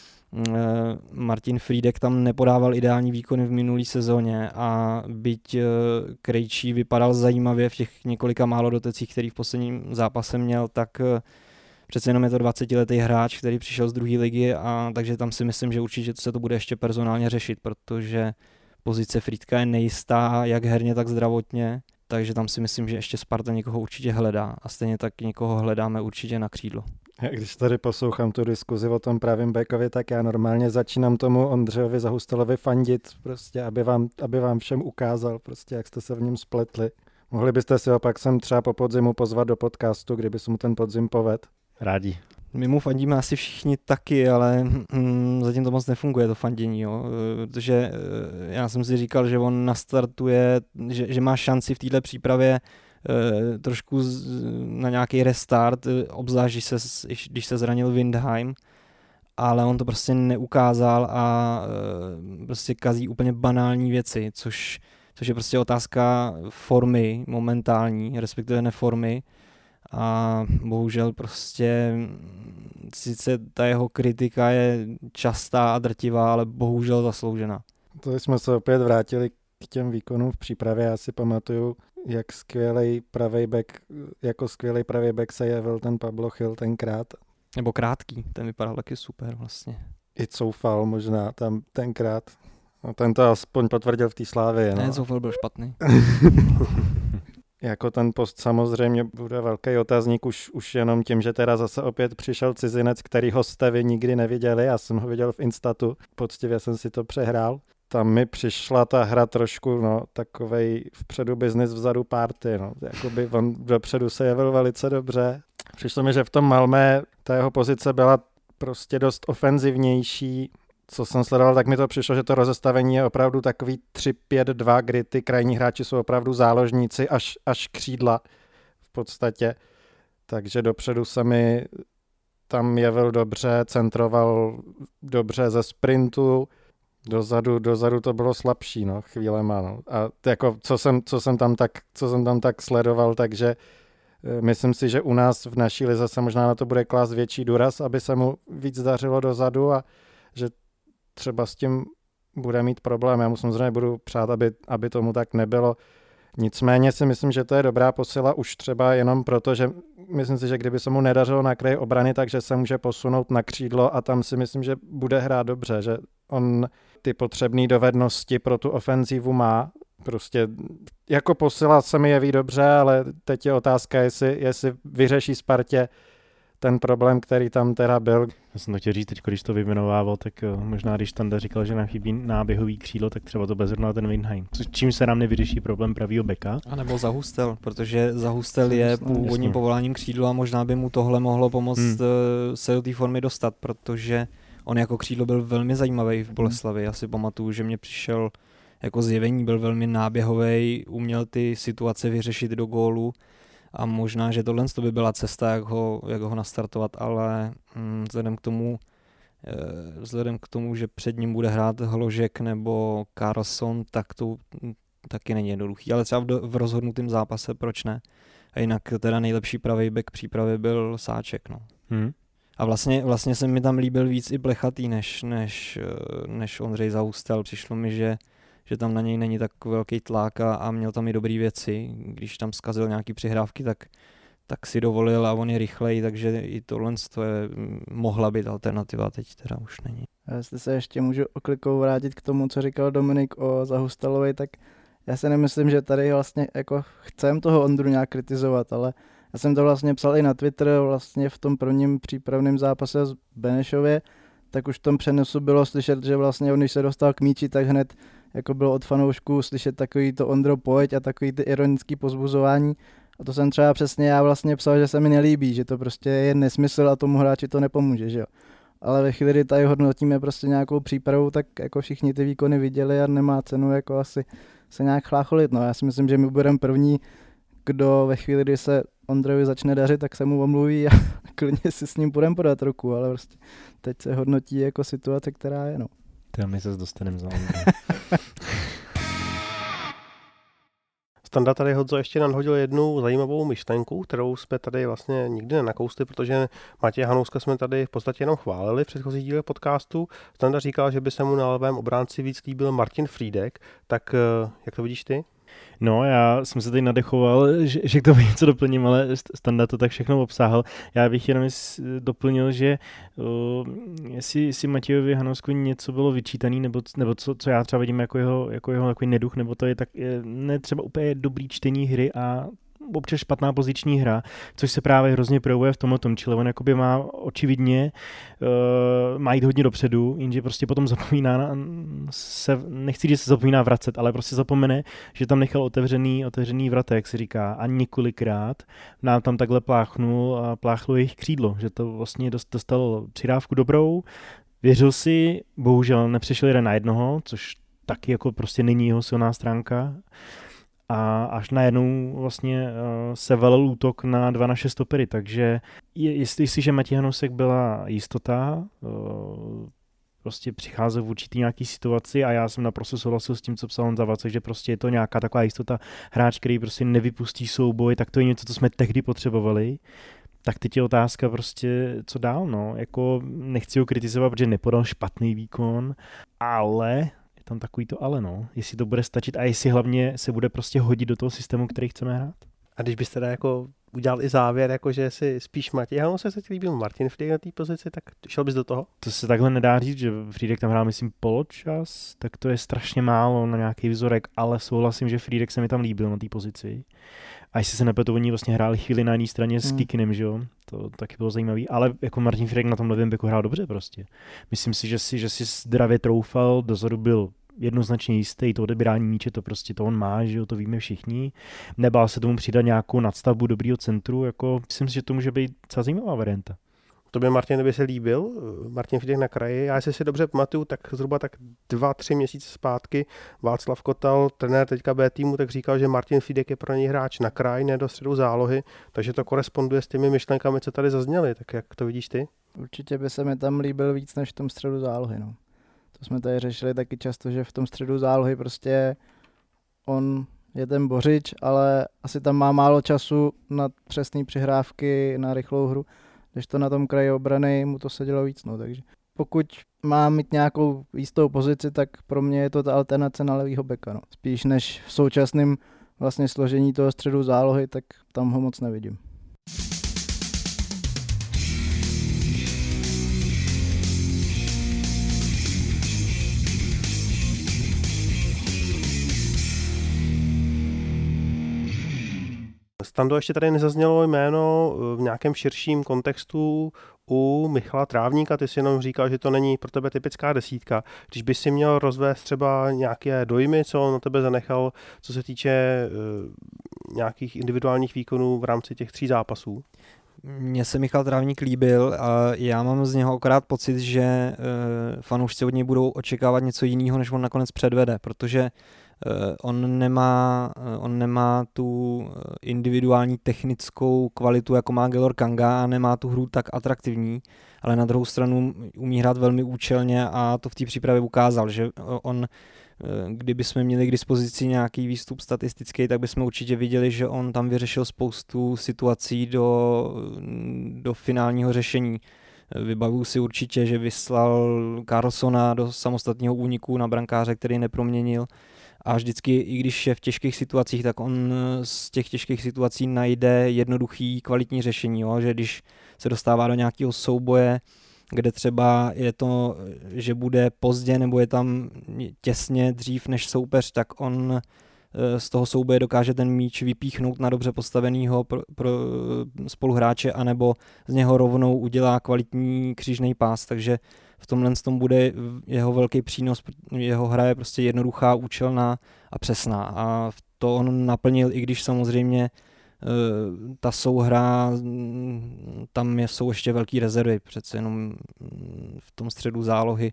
Speaker 5: Martin Frýdek tam nepodával ideální výkony v minulý sezóně a byť Krejčí vypadal zajímavě v těch několika málo dotecích, který v posledním zápase měl, tak přece jenom je to dvacetiletý hráč, který přišel z druhé ligy, a takže tam si myslím, že určitě se to bude ještě personálně řešit, protože pozice Frýdka je nejistá, jak herně, tak zdravotně, takže tam si myslím, že ještě Sparta někoho určitě hledá a stejně tak někoho hledáme určitě na křídlo.
Speaker 6: Když tady poslouchám tu diskuzi o tom pravém backovi, tak já normálně začínám tomu Ondřejovi Zahustelovi fandit, prostě, aby vám, aby vám všem ukázal, prostě, jak jste se v něm spletli. Mohli byste si ho pak sem třeba po podzimu pozvat do podcastu, kdyby se mu ten podzim poved.
Speaker 4: Rádi.
Speaker 5: My mu fandíme asi všichni taky, ale mm, zatím to moc nefunguje, to fandění, jo? Protože já jsem si říkal, že on nastartuje, že, že má šanci v této přípravě e, trošku z, na nějaký restart, obzvlášť když se, když se zranil Windheim, ale on to prostě neukázal a e, prostě kazí úplně banální věci, což, což je prostě otázka formy momentální, respektive neformy. A bohužel prostě sice ta jeho kritika je častá a drtivá, ale bohužel zasloužená.
Speaker 6: To jsme se opět vrátili k těm výkonům v přípravě. Já si pamatuju, jak skvělej pravej back, jako skvělej pravej back se jevil ten Pablo Gil tenkrát.
Speaker 5: Nebo krátký, ten vypadal taky super vlastně.
Speaker 6: I Coufal možná tam tenkrát. No, ten to aspoň potvrdil v té Slávii. No.
Speaker 5: Ne, Coufal byl špatný.
Speaker 6: Jako ten post samozřejmě bude velký otazník už, už jenom tím, že teda zase opět přišel cizinec, který ho jste vy nikdy neviděli. Já jsem ho viděl v Instatu, poctivě jsem si to přehrál. Tam mi přišla ta hra trošku, no, takovej vpředu business, vzadu party, no. Jakoby on dopředu se jevil velice dobře. Přišlo mi, že v tom Malmé ta jeho pozice byla prostě dost ofenzivnější. Co jsem sledoval, tak mi to přišlo, že to rozestavení je opravdu takový tři pět dva, kdy ty krajní hráči jsou opravdu záložníci až, až křídla v podstatě. Takže dopředu se mi tam jevil dobře, centroval dobře ze sprintu, dozadu, dozadu to bylo slabší, no, chvílema, no. A jako, co jsem, co jsem tam tak, co jsem tam tak sledoval, takže myslím si, že u nás v naší lize se možná na to bude klást větší důraz, aby se mu víc dařilo dozadu a že třeba s tím bude mít problém. Já mu samozřejmě budu přát, aby, aby tomu tak nebylo. Nicméně si myslím, že to je dobrá posila už třeba jenom proto, že myslím si, že kdyby se mu nedařilo na kraji obrany, takže se může posunout na křídlo a tam si myslím, že bude hrát dobře, že on ty potřebné dovednosti pro tu ofenzívu má. Prostě jako posila se mi jeví dobře, ale teď je otázka, jestli, jestli vyřeší Spartě ten problém, který tam teda byl.
Speaker 4: Já jsem to chtěl říct teď, když to vyjmenovával, tak možná když Tanda říkal, že nám chybí náběhový křídlo, tak třeba to bezrovná ten Windheim. Čím se nám nevyřeší problém pravýho beka?
Speaker 5: A nebo Zahustel, protože Zahustel je původním povoláním křídlo a možná by mu tohle mohlo pomoct hmm. se do té formy dostat, protože on jako křídlo byl velmi zajímavý v Boleslavi. Já si pamatuju, že mě přišel jako zjevení, byl velmi náběhovej, uměl ty situace vyřešit do gólu. A možná, že tohle by byla cesta, jak ho, jak ho nastartovat, ale mm, vzhledem k tomu, e, vzhledem k tomu, že před ním bude hrát Hložek nebo Carlson, tak to taky není jednoduchý. Ale třeba v, do, v rozhodnutém zápase, proč ne? A jinak teda nejlepší pravý back přípravy byl Sáček. No.
Speaker 4: Hmm.
Speaker 5: A vlastně, vlastně se mi tam líbil víc i Plechatý, než, než, než Ondřej Zahustel. Přišlo mi, že že tam na něj není tak velký tlak a, a měl tam i dobrý věci. Když tam zkazil nějaký přihrávky, tak, tak si dovolil a on je rychlej, takže i tohle je, mohla být alternativa, teď teda už není.
Speaker 7: A jestli se ještě můžu oklikou vrátit k tomu, co říkal Dominik o Zahustelovi, tak já si nemyslím, že tady vlastně jako chcem toho Ondru nějak kritizovat, ale já jsem to vlastně psal i na Twitter, vlastně v tom prvním přípravném zápase z Benešově, tak už v tom přenosu bylo slyšet, že vlastně on, když se dostal k míči, tak hned jako bylo od fanoušků slyšet takový to Ondro pojď a takový ty ironický pozbuzování. A to jsem třeba přesně já vlastně psal, že se mi nelíbí, že to prostě je nesmysl a tomu hráči to nepomůže, že jo. Ale ve chvíli, kdy tady hodnotíme prostě nějakou přípravu, tak jako všichni ty výkony viděli a nemá cenu jako asi se nějak chlácholit. No, já si myslím, že my budeme první, kdo ve chvíli, kdy se Ondrovi začne dařit, tak se mu omluví a klidně si s ním budeme podat ruku, ale prostě teď se hodnotí jako situace, která je, no.
Speaker 4: Tam my se dostaneme za Ondra.
Speaker 3: Standa tady, Hodzo, ještě nadhodil jednu zajímavou myšlenku, kterou jsme tady vlastně nikdy nenakousli, protože Matěje Hanouska jsme tady v podstatě jenom chválili v předchozí díle podcastu. Standa říkal, že by se mu na levém obránci víc líbil Martin Frýdek, tak jak to vidíš ty?
Speaker 4: No, já jsem se tady nadechoval, že, že k tomu něco doplním, ale Standa to tak všechno obsáhl. Já bych jenom doplnil, že uh, jestli, jestli Matějovi Hanouskovi něco bylo vyčítaný, nebo, nebo co, co já třeba vidím jako jeho, jako jeho takový neduch, nebo to je tak je, ne třeba úplně dobrý čtení hry a občas špatná poziční hra, což se právě hrozně projevuje v tomhle tom, čili on jakoby má očividně, uh, má jít hodně dopředu, jenže prostě potom zapomíná, na, se, nechci, že se zapomíná vracet, ale prostě zapomene, že tam nechal otevřený, otevřený vratek, jak se říká, a několikrát nám tam takhle pláchnul a pláchlo jejich křídlo, že to vlastně dostal přidávku dobrou, věřil si, bohužel nepřišel jeden na jednoho, což taky jako prostě není jeho silná stránka. a až najednou vlastně uh, se valil útok na dva naše stopery, takže je, jestli, jestliže Matěj Hanousek byla jistota, uh, prostě přicházel v určitý nějaký situaci a já jsem naprosto souhlasil s tím, co psal Honza Vacek, že prostě je to nějaká taková jistota, hráč, který prostě nevypustí souboj, tak to je něco, co jsme tehdy potřebovali. Tak teď je otázka prostě, co dál, no, jako nechci ho kritizovat, protože nepodal špatný výkon, ale je tam takový to ale, no, jestli to bude stačit a jestli hlavně se bude prostě hodit do toho systému, který chceme hrát.
Speaker 3: A když byste teda jako udělal i závěr, jako že si spíš Matěj Hanousek se ti líbil, Martin Friedrich na té pozici, tak šel bys do toho?
Speaker 4: To se takhle nedá říct, že Friedrich tam hrál, myslím, poločas, tak to je strašně málo na nějaký vzorek, ale souhlasím, že Friedrich se mi tam líbil na té pozici. A jestli se nepletu, oni vlastně hráli chvíli na jedné straně s hmm. Kikinem, že jo? To taky bylo zajímavé, ale jako Martin Friedrich na tom levém beku hrál dobře prostě. Myslím si, že si, že si zdravě troufal, dozadu byl jednoznačně jistý, to odebírání míče, to prostě to on má, že jo, to víme všichni. Nebál se tomu přidat nějakou nadstavbu dobrýho centru, jako myslím si, že to může být celá zajímavá varianta.
Speaker 3: To by Martin by se líbil, Martin Friedrich na kraji. Já jestli si dobře pamatuju, tak zhruba tak dva, tři měsíce zpátky Václav Kotal, trenér teďka B týmu, tak říkal, že Martin Friedrich je pro něj hráč na kraj, ne do středu zálohy, takže to koresponduje s těmi myšlenkami, co tady zazněly. Tak jak to vidíš ty?
Speaker 7: Určitě by se mi tam líbil víc než v tom středu zálohy, no. To jsme tady řešili taky často, že v tom středu zálohy prostě on je ten Bořič, ale asi tam má málo času na přesné přihrávky, na rychlou hru, když to na tom kraji obrany mu to sedělo víc, no, takže pokud má mít nějakou jistou pozici, tak pro mě je to ta alternace na levýho beka, no. Spíš než v současném vlastně složení toho středu zálohy, tak tam ho moc nevidím.
Speaker 3: Stando, ještě tady nezaznělo jméno v nějakém širším kontextu u Michala Trávníka, ty jsi jenom říkal, že to není pro tebe typická desítka. Když bys si měl rozvést třeba nějaké dojmy, co on na tebe zanechal, co se týče uh, nějakých individuálních výkonů v rámci těch tří zápasů?
Speaker 5: Mně se Michal Trávník líbil a já mám z něho akorát pocit, že uh, fanoušci od něj budou očekávat něco jiného, než on nakonec předvede, protože uh, on nemá, uh, on nemá tu individuální technickou kvalitu, jako má Gelor Kanga, a nemá tu hru tak atraktivní, ale na druhou stranu umí hrát velmi účelně a to v té přípravě ukázal, že on, kdyby jsme měli k dispozici nějaký výstup statistický, tak bychom určitě viděli, že on tam vyřešil spoustu situací do, do finálního řešení. Vybavuju si určitě, že vyslal Carlsona do samostatného úniku na brankáře, který neproměnil. A vždycky, i když je v těžkých situacích, tak on z těch těžkých situací najde jednoduchý, kvalitní řešení. Jo? Že když se dostává do nějakého souboje, kde třeba je to, že bude pozdě nebo je tam těsně dřív než soupeř, tak on z toho souboje dokáže ten míč vypíchnout na dobře postavenýho pro, pro spoluhráče, anebo z něho rovnou udělá kvalitní křížnej pás, takže v tomhle tom bude jeho velký přínos, jeho hra je prostě jednoduchá, účelná a přesná a to on naplnil, i když samozřejmě ta souhra, tam jsou ještě velký rezervy, přece jenom v tom středu zálohy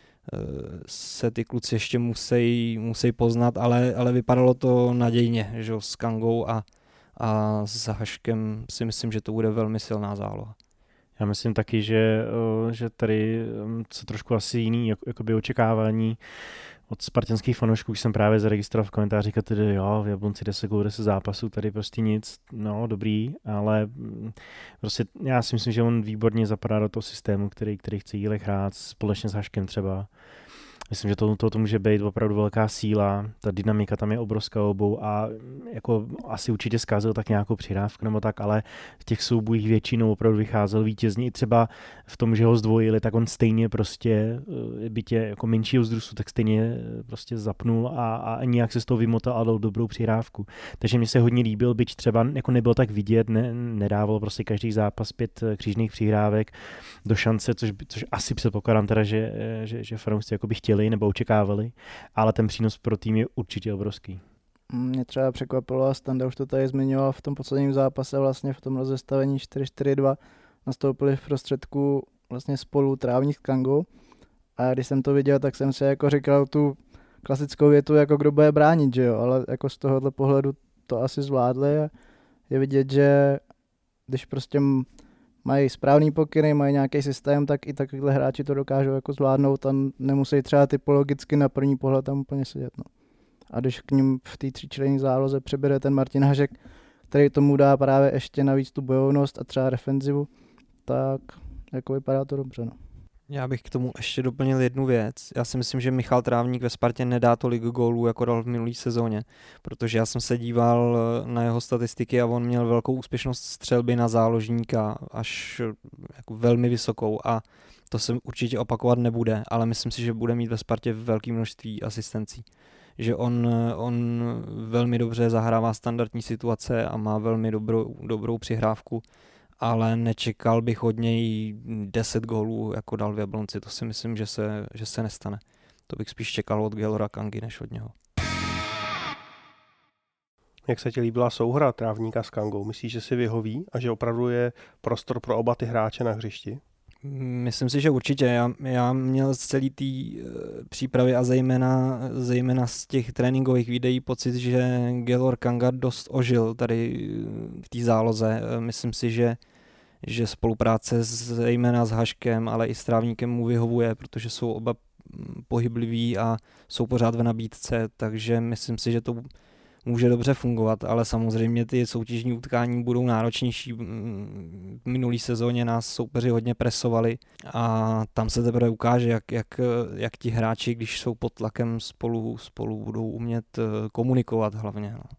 Speaker 5: se ty kluci ještě musí, musí poznat, ale, ale vypadalo to nadějně, že s Kangou a, a s Haškem si myslím, že to bude velmi silná záloha.
Speaker 4: Já myslím taky, že, že tady se trošku asi jiný jakoby očekávání od spartanských fanoušků, už jsem právě zaregistroval v komentářích, že tedy jo, v Jablonci deset gólů, deset zápasů, tady prostě nic, no dobrý, ale prostě já si myslím, že on výborně zapadá do toho systému, který, který chce Jílek hrát společně s Haškem třeba. Myslím, že to, to, to může být opravdu velká síla, ta dynamika tam je obrovská obou a jako asi určitě zkázal tak nějakou přihrávku nebo tak, ale v těch soubojích většinou opravdu vycházel vítězně. I třeba v tom, že ho zdvojili, tak on stejně prostě, bytě jako menšího zdrusu, tak stejně prostě zapnul a, a nějak se z toho vymotal a dal dobrou přihrávku. Takže mi se hodně líbil, byť třeba jako nebyl tak vidět, ne, nedával prostě každý zápas pět křížných přihrávek do šance, což, což asi předpokládám teda, že, že, že fanoušci jako by chtěli nebo očekávali, ale ten přínos pro tým je určitě obrovský.
Speaker 7: Mě třeba překvapilo, a Standa už to tady zmiňoval, v tom posledním zápase vlastně v tom rozestavení čtyři čtyři dva nastoupili v prostředku vlastně spolu Trávník s Kangou a když jsem to viděl, tak jsem si jako říkal tu klasickou větu, jako kdo bude bránit, že jo, ale jako z tohohle pohledu to asi zvládli a je vidět, že když prostě mají správný pokyny, mají nějaký systém, tak i takovýhle hráči to dokážou jako zvládnout a nemusí třeba typologicky na první pohled tam úplně sedět. No. A když k ním v té tříčlenné záloze přebere ten Martin Hašek, který tomu dá právě ještě navíc tu bojovnost a třeba defenzivu, tak jako vypadá to dobře. No.
Speaker 5: Já bych k tomu ještě doplnil jednu věc. Já si myslím, že Michal Trávník ve Spartě nedá tolik gólů, jako dal v minulý sezóně, protože já jsem se díval na jeho statistiky a on měl velkou úspěšnost střelby na záložníka, až jako velmi vysokou a to se určitě opakovat nebude, ale myslím si, že bude mít ve Spartě velké množství asistencí. Že on, on velmi dobře zahrává standardní situace a má velmi dobrou, dobrou přihrávku, ale nečekal bych od něj deset gólů, jako dal v Jablonci. To si myslím, že se, že se nestane. To bych spíš čekal od Gelora Kangy, než od něho.
Speaker 3: Jak se ti líbila souhra Trávníka s Kangou? Myslíš, že si vyhoví a že opravdu je prostor pro oba ty hráče na hřišti?
Speaker 5: Myslím si, že určitě. Já, já měl z celé té uh, přípravy a zejména, zejména z těch tréninkových videí pocit, že Gelor Kanga dost ožil tady v té záloze. Myslím si, že, že spolupráce zejména s Haškem, ale i s Trávníkem mu vyhovuje, protože jsou oba pohybliví a jsou pořád v nabídce, takže myslím si, že to může dobře fungovat, ale samozřejmě ty soutěžní utkání budou náročnější. V minulý sezóně nás soupeři hodně presovali a tam se teprve ukáže, jak, jak, jak ti hráči, když jsou pod tlakem, spolu, spolu budou umět komunikovat hlavně. No.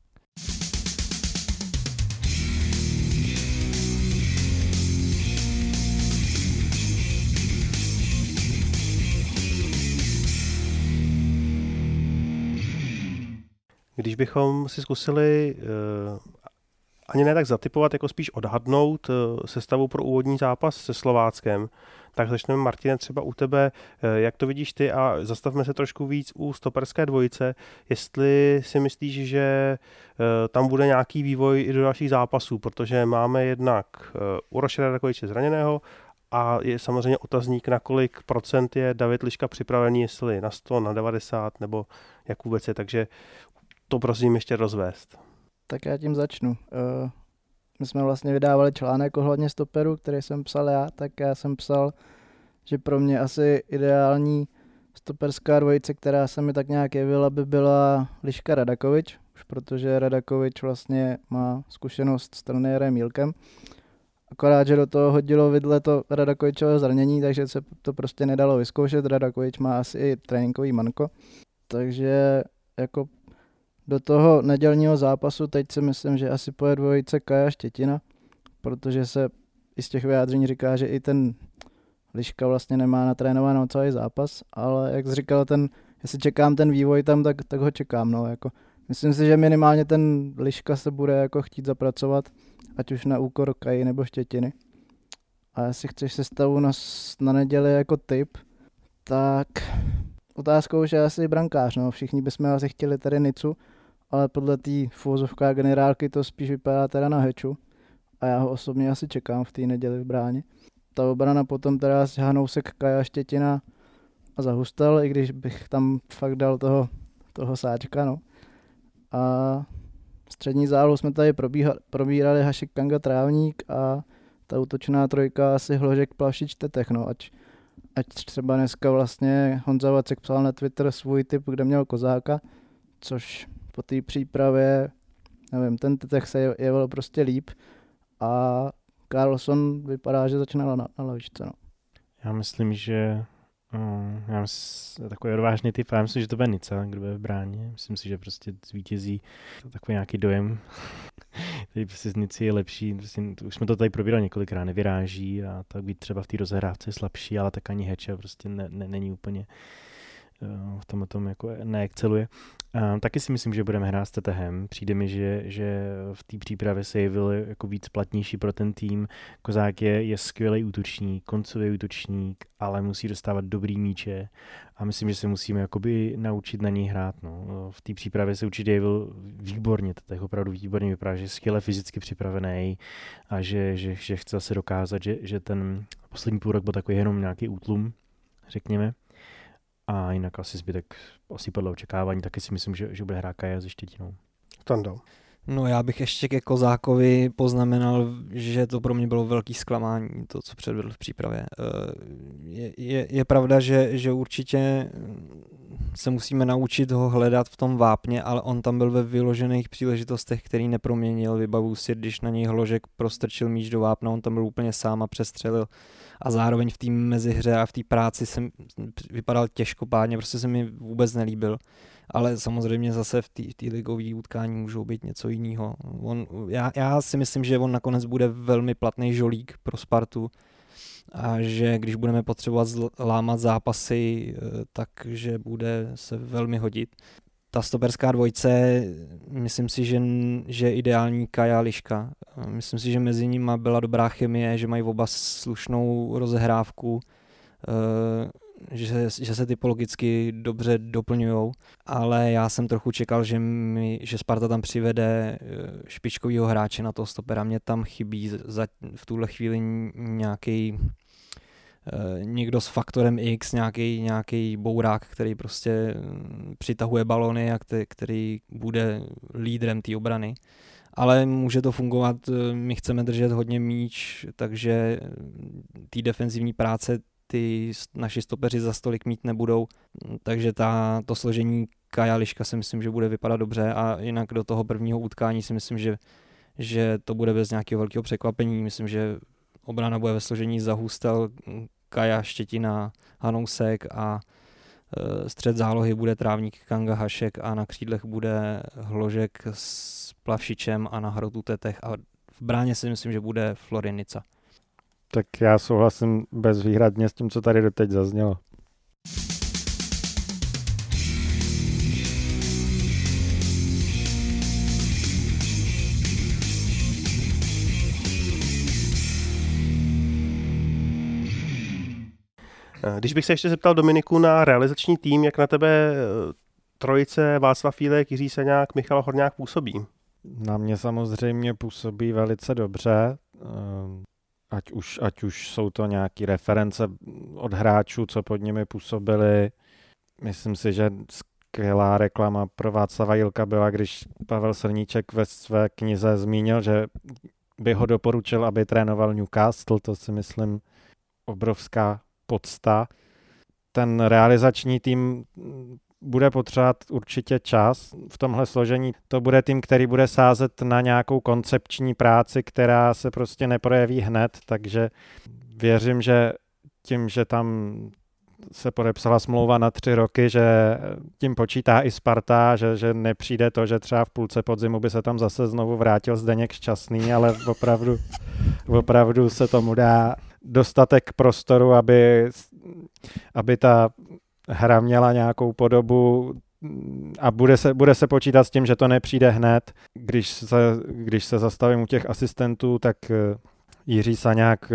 Speaker 3: Když bychom si zkusili uh, ani ne tak zatipovat, jako spíš odhadnout uh, sestavu pro úvodní zápas se Slováckem, tak začneme, Martine, třeba u tebe, uh, jak to vidíš ty a zastavme se trošku víc u stoperské dvojice, jestli si myslíš, že uh, tam bude nějaký vývoj i do dalších zápasů, protože máme jednak uh, Uroše Radakoviče zraněného a je samozřejmě otazník, na kolik procent je David Liška připravený, jestli na sto, na devadesát nebo jak vůbec je, takže to prosím ještě rozvést.
Speaker 7: Tak já tím začnu. Uh, my jsme vlastně vydávali článek ohledně stoperu, který jsem psal já, tak já jsem psal, že pro mě asi ideální stoperská dvojice, která se mi tak nějak jevila, by byla Liška Radakovič, už protože Radakovič vlastně má zkušenost s trenérem Mílkem. Akorát, že do toho hodilo vidle to Radakovičové zranění, takže se to prostě nedalo vyzkoušet. Radakovič má asi i tréninkový manko, takže jako do toho nedělního zápasu teď si myslím, že asi poje dvojice Kaja Štětina, protože se i z těch vyjádření říká, že i ten Liška vlastně nemá natrénovanou celý zápas, ale jak jsi říkal, ten, jestli čekám ten vývoj tam, tak, tak ho čekám. No, jako. Myslím si, že minimálně ten Liška se bude jako chtít zapracovat, ať už na úkor Kaji nebo Štětiny. A jestli chceš sestavu na, na neděli jako tip, tak otázkou je asi brankář. No. Všichni bychom asi chtěli tady Nicu, ale podle té fózovká generálky to spíš vypadá teda na Heču. A já ho osobně asi čekám v té neděli v bráně. Ta obrana potom teda s Hanousek, Kaja, Štětina a Zahustal, i když bych tam fakt dal toho, toho sáčka. No. A střední zálohu jsme tady probíhali, probírali Hašek, Kanga, Trávník a ta útočná trojka asi Hložek, Plavšič, Tetech. No. Ať, ať třeba dneska vlastně Honza Vacek psal na Twitter svůj tip, kde měl Kozáka, což po té přípravě, nevím, ten Tetech se jevil prostě líp a Carlson vypadá, že začne na, na lavičce. No.
Speaker 4: Já myslím, že um, já myslím, takový odvážný typ, já myslím, že to bude Nica, kdo bude v bráně. Myslím si, že prostě zvítězí takový nějaký dojem. Tady prostě z Nici je lepší, prostě, už jsme to tady probírali několikrát, nevyráží a tak být třeba v té rozehrávce je slabší, ale tak ani Heča prostě ne, ne, není úplně v tom tom jako neexceluje. Um, taky si myslím, že budeme hrát s Tetehem. Přijde mi, že, že v té přípravě se jevil jako víc platnější pro ten tým. Kozák je, je skvělý útočník, koncový útočník, ale musí dostávat dobrý míče a myslím, že se musíme jakoby naučit na něj hrát. No. V té přípravě se určitě jevil výborně, Tetech opravdu výborně vypadá, že je skvěle fyzicky připravený a že, že, že chce se dokázat, že, že ten poslední půl rok byl takový jenom nějaký útlum, řekněme. A jinak asi zbytek, asi podle očekávání, taky si myslím, že, že bude hrát Kaja se Štětinou.
Speaker 3: Tando.
Speaker 5: No já bych ještě ke Kozákovi poznamenal, že to pro mě bylo velký zklamání, to, co předvedl v přípravě. Je, je, je pravda, že, že určitě se musíme naučit ho hledat v tom vápně, ale on tam byl ve vyložených příležitostech, který neproměnil. Vybavu si, když na něj Hložek prostrčil míč do vápna, on tam byl úplně sám a přestřelil. A zároveň v té mezihře a v té práci jsem vypadal těžkopádně, prostě se mi vůbec nelíbil. Ale samozřejmě zase v té ligové utkání můžou být něco jiného. On, já, já si myslím, že on nakonec bude velmi platný žolík pro Spartu a že když budeme potřebovat zl- lámat zápasy, takže bude se velmi hodit. Ta stoperská dvojce, myslím si, že, že je ideální Kaja Liška. Myslím si, že mezi nimi byla dobrá chemie, že mají oba slušnou rozehrávku, že, že se typologicky dobře doplňujou, ale já jsem trochu čekal, že, mi, že Sparta tam přivede špičkovýho hráče na toho stopera. Mně tam chybí za, v tuhle chvíli nějaký někdo s faktorem X, nějaký nějaký bourák, který prostě přitahuje balony a který, který bude lídrem té obrany. Ale může to fungovat, my chceme držet hodně míč, takže té defenzivní práce ty naši stopeři za stolik mít nebudou, takže ta, to složení Kaja Liška si myslím, že bude vypadat dobře a jinak do toho prvního utkání si myslím, že, že to bude bez nějakého velkého překvapení. Myslím, že obrana bude ve složení Zahustel, Kaja, Štětina, Hanousek a e, střed zálohy bude Trávník, Kanga, Hašek a na křídlech bude Hložek s Plavšičem a na hrotu Tetech a v bráně si myslím, že bude Florinica.
Speaker 6: Tak já souhlasím bezvýhradně s tím, co tady doteď zaznělo.
Speaker 3: Když bych se ještě zeptal Dominiku na realizační tým, jak na tebe trojice Václav Fílek, Jiří Saňák, Michal Horňák působí?
Speaker 6: Na mě samozřejmě působí velice dobře. Ať už, ať už jsou to nějaké reference od hráčů, co pod nimi působili. Myslím si, že skvělá reklama pro Václava Jilka byla, když Pavel Srníček ve své knize zmínil, že by ho doporučil, aby trénoval Newcastle. To si myslím obrovská podsta. Ten realizační tým bude potřebovat určitě čas. V tomhle složení to bude tým, který bude sázet na nějakou koncepční práci, která se prostě neprojeví hned, takže věřím, že tím, že tam se podepsala smlouva na tři roky, že tím počítá i Sparta, že, že nepřijde to, že třeba v půlce podzimu by se tam zase znovu vrátil Zdeněk Šťastný, ale opravdu, opravdu se tomu dá dostatek prostoru, aby, aby ta hra měla nějakou podobu a bude se, bude se počítat s tím, že to nepřijde hned. Když se, když se zastavím u těch asistentů, tak Jiří Saňák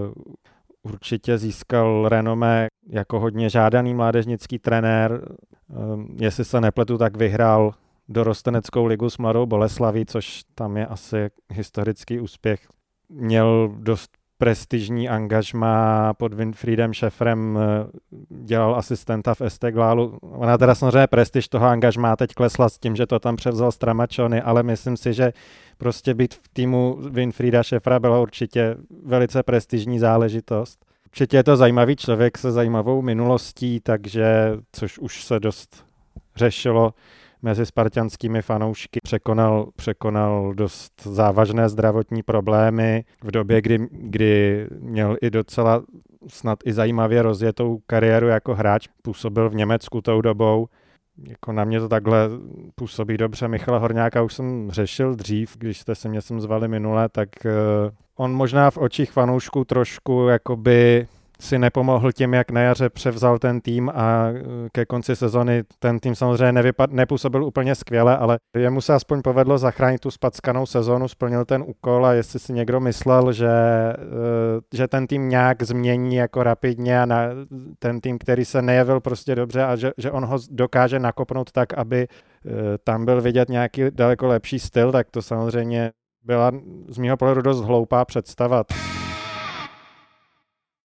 Speaker 6: určitě získal renomé jako hodně žádaný mládežnický trenér. Jestli se nepletu, tak vyhrál dorosteneckou ligu s Mladou Boleslaví, což tam je asi historický úspěch. Měl dost prestižní angažmá pod Winfriedem Šefrem, dělal asistenta v Esteglálu. Ona teda samozřejmě prestiž toho angažmá teď klesla s tím, že to tam převzal Stramačony, ale myslím si, že prostě být v týmu Winfrieda Šefra byla určitě velice prestižní záležitost. Určitě je to zajímavý člověk se zajímavou minulostí, takže, což už se dost řešilo mezi spartanskými fanoušky, překonal, překonal dost závažné zdravotní problémy v době, kdy, kdy měl i docela snad i zajímavě rozjetou kariéru jako hráč. Působil v Německu tou dobou. Jako na mě to takhle působí dobře. Michala Horňáka už jsem řešil dřív, když jste se mě sem zvali minule, tak uh, on možná v očích fanoušků trošku jakoby si nepomohl tím, jak na jaře převzal ten tým a ke konci sezony ten tým samozřejmě nevypad, nepůsobil úplně skvěle, ale jemu se aspoň povedlo zachránit tu spackanou sezonu, splnil ten úkol a jestli si někdo myslel, že, že ten tým nějak změní jako rapidně a na, ten tým, který se nejevil prostě dobře a že, že on ho dokáže nakopnout tak, aby tam byl vidět nějaký daleko lepší styl, tak to samozřejmě byla z mého pohledu dost hloupá představa.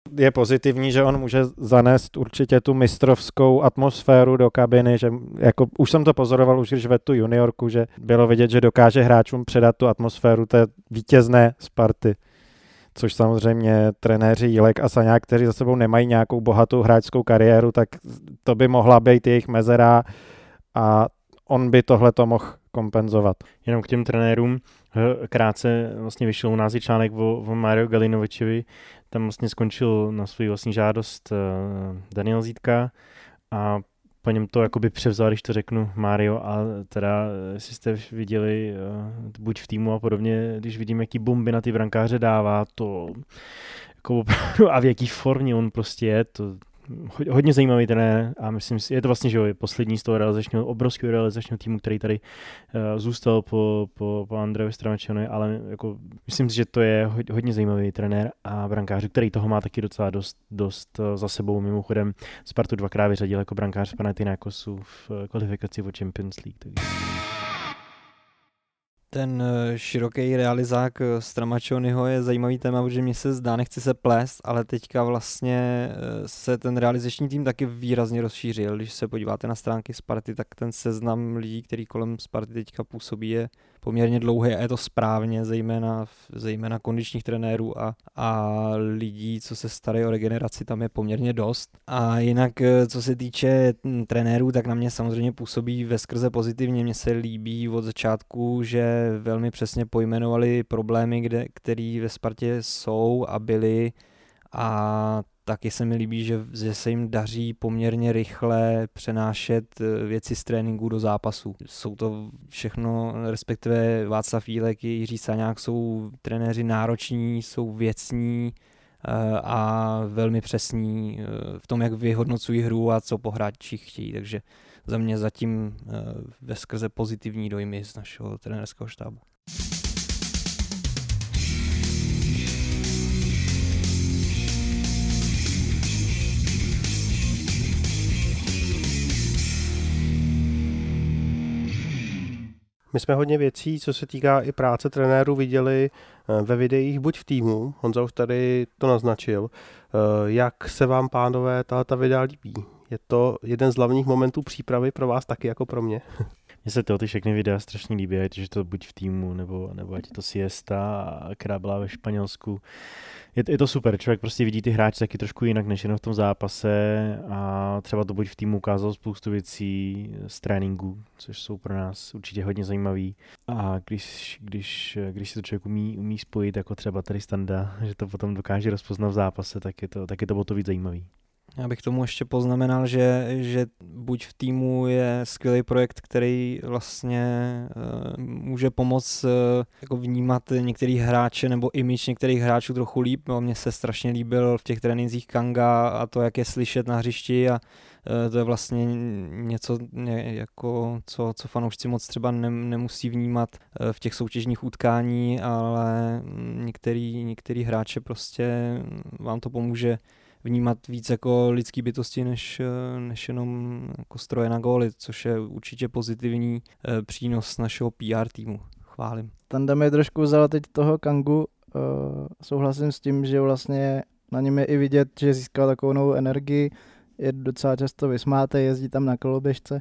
Speaker 6: Je pozitivní, že on může zanést určitě tu mistrovskou atmosféru do kabiny, že jako už jsem to pozoroval už když vedl tu juniorku, že bylo vidět, že dokáže hráčům předat tu atmosféru té vítězné Sparty. Což samozřejmě trenéři Jílek a Saňák, kteří za sebou nemají nějakou bohatou hráčskou kariéru, tak to by mohla být jejich mezera a on by tohle to mohl kompenzovat.
Speaker 4: Jenom k těm trenérům, krátce vlastně vyšel u nás i článek o, o Mario Galinovičovi, tam vlastně skončil na svou vlastní žádost Daniel Zítka a po něm to jakoby převzal, když to řeknu, Mario, a teda, jestli jste viděli, buď v týmu a podobně, když vidím, jaký bomby na ty brankáře dává, to jako opravdu, a v jaký formě on prostě je, to hodně zajímavý trenér a myslím si, je to vlastně, že jo, je poslední z toho realizačního, obrovského realizačního týmu, který tady uh, zůstal po, po, po Andrejovi Stramečanovi, ale jako, myslím si, že to je hodně zajímavý trenér a brankář, který toho má taky docela dost, dost uh, za sebou. Mimochodem Spartu dvakrát vyřadil jako brankář z Panathinaikosu v uh, kvalifikaci o Champions League. Takže.
Speaker 5: Ten široký realizák Stramačonyho je zajímavý téma, protože mě se zdá, nechci se plést, ale teďka vlastně se ten realizační tým taky výrazně rozšířil. Když se podíváte na stránky Sparty, tak ten seznam lidí, který kolem Sparty teďka působí, je poměrně dlouhý a je to správně, zejména, zejména kondičních trenérů a, a lidí, co se starají o regeneraci, tam je poměrně dost. A jinak, co se týče trenérů, tak na mě samozřejmě působí veskrze pozitivně. Mně se líbí od začátku, že velmi přesně pojmenovali problémy, kde, které ve Spartě jsou a byly, a taky se mi líbí, že, že se jim daří poměrně rychle přenášet věci z tréninku do zápasu. Jsou to všechno, respektive Václav Jílek i Jiří Saňák jsou trenéři nároční, jsou věcní a velmi přesní v tom, jak vyhodnocují hru a co po hráčích chtějí. Takže za mě zatím veskrze pozitivní dojmy z našeho trenérského štábu.
Speaker 3: My jsme hodně věcí, co se týká i práce trenérů, viděli ve videích buď v týmu, Honza už tady to naznačil. Jak se vám, pánové, tato videa líbí? Je to jeden z hlavních momentů přípravy pro vás taky jako pro mě?
Speaker 4: Mně se to ty všechny videa strašně líbí, ať je to buď v týmu, nebo, nebo ať je to siesta, která byla ve Španělsku. Je, je to super, člověk prostě vidí ty hráče taky trošku jinak, než jenom v tom zápase, a třeba to buď v týmu ukázal spoustu věcí z tréninku, což jsou pro nás určitě hodně zajímavý. A když, když, když si to člověk umí, umí spojit, jako třeba tady Standa, že to potom dokáže rozpoznat v zápase, tak je to, tak je to o to víc zajímavý.
Speaker 5: Já bych tomu ještě poznamenal, že, že buď v týmu je skvělý projekt, který vlastně uh, může pomoct uh, jako vnímat některý hráče nebo image některých hráčů trochu líp. No, mně se strašně líbil v těch trénincích Kanga a to, jak je slyšet na hřišti, a uh, to je vlastně něco, ně, jako, co, co fanoušci moc třeba ne, nemusí vnímat uh, v těch soutěžních utkání, ale některý, některý hráče prostě vám to pomůže vnímat víc jako lidský bytosti, než, než jenom jako stroje na góly, což je určitě pozitivní e, přínos našeho P R týmu. Chválím.
Speaker 7: Tanda mi trošku vzala teď toho Kangu. E, souhlasím s tím, že vlastně na něm je i vidět, že získal takovou novou energii, je docela často vysmátý, jezdí tam na koloběžce.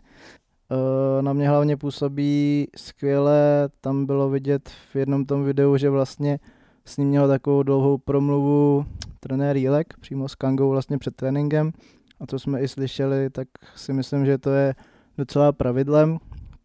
Speaker 7: E, na mě hlavně působí skvěle, tam bylo vidět v jednom tom videu, že vlastně s ním měl takovou dlouhou promluvu trenér Jílek přímo s Kangou vlastně před tréninkem, a to jsme i slyšeli, tak si myslím, že to je docela pravidlem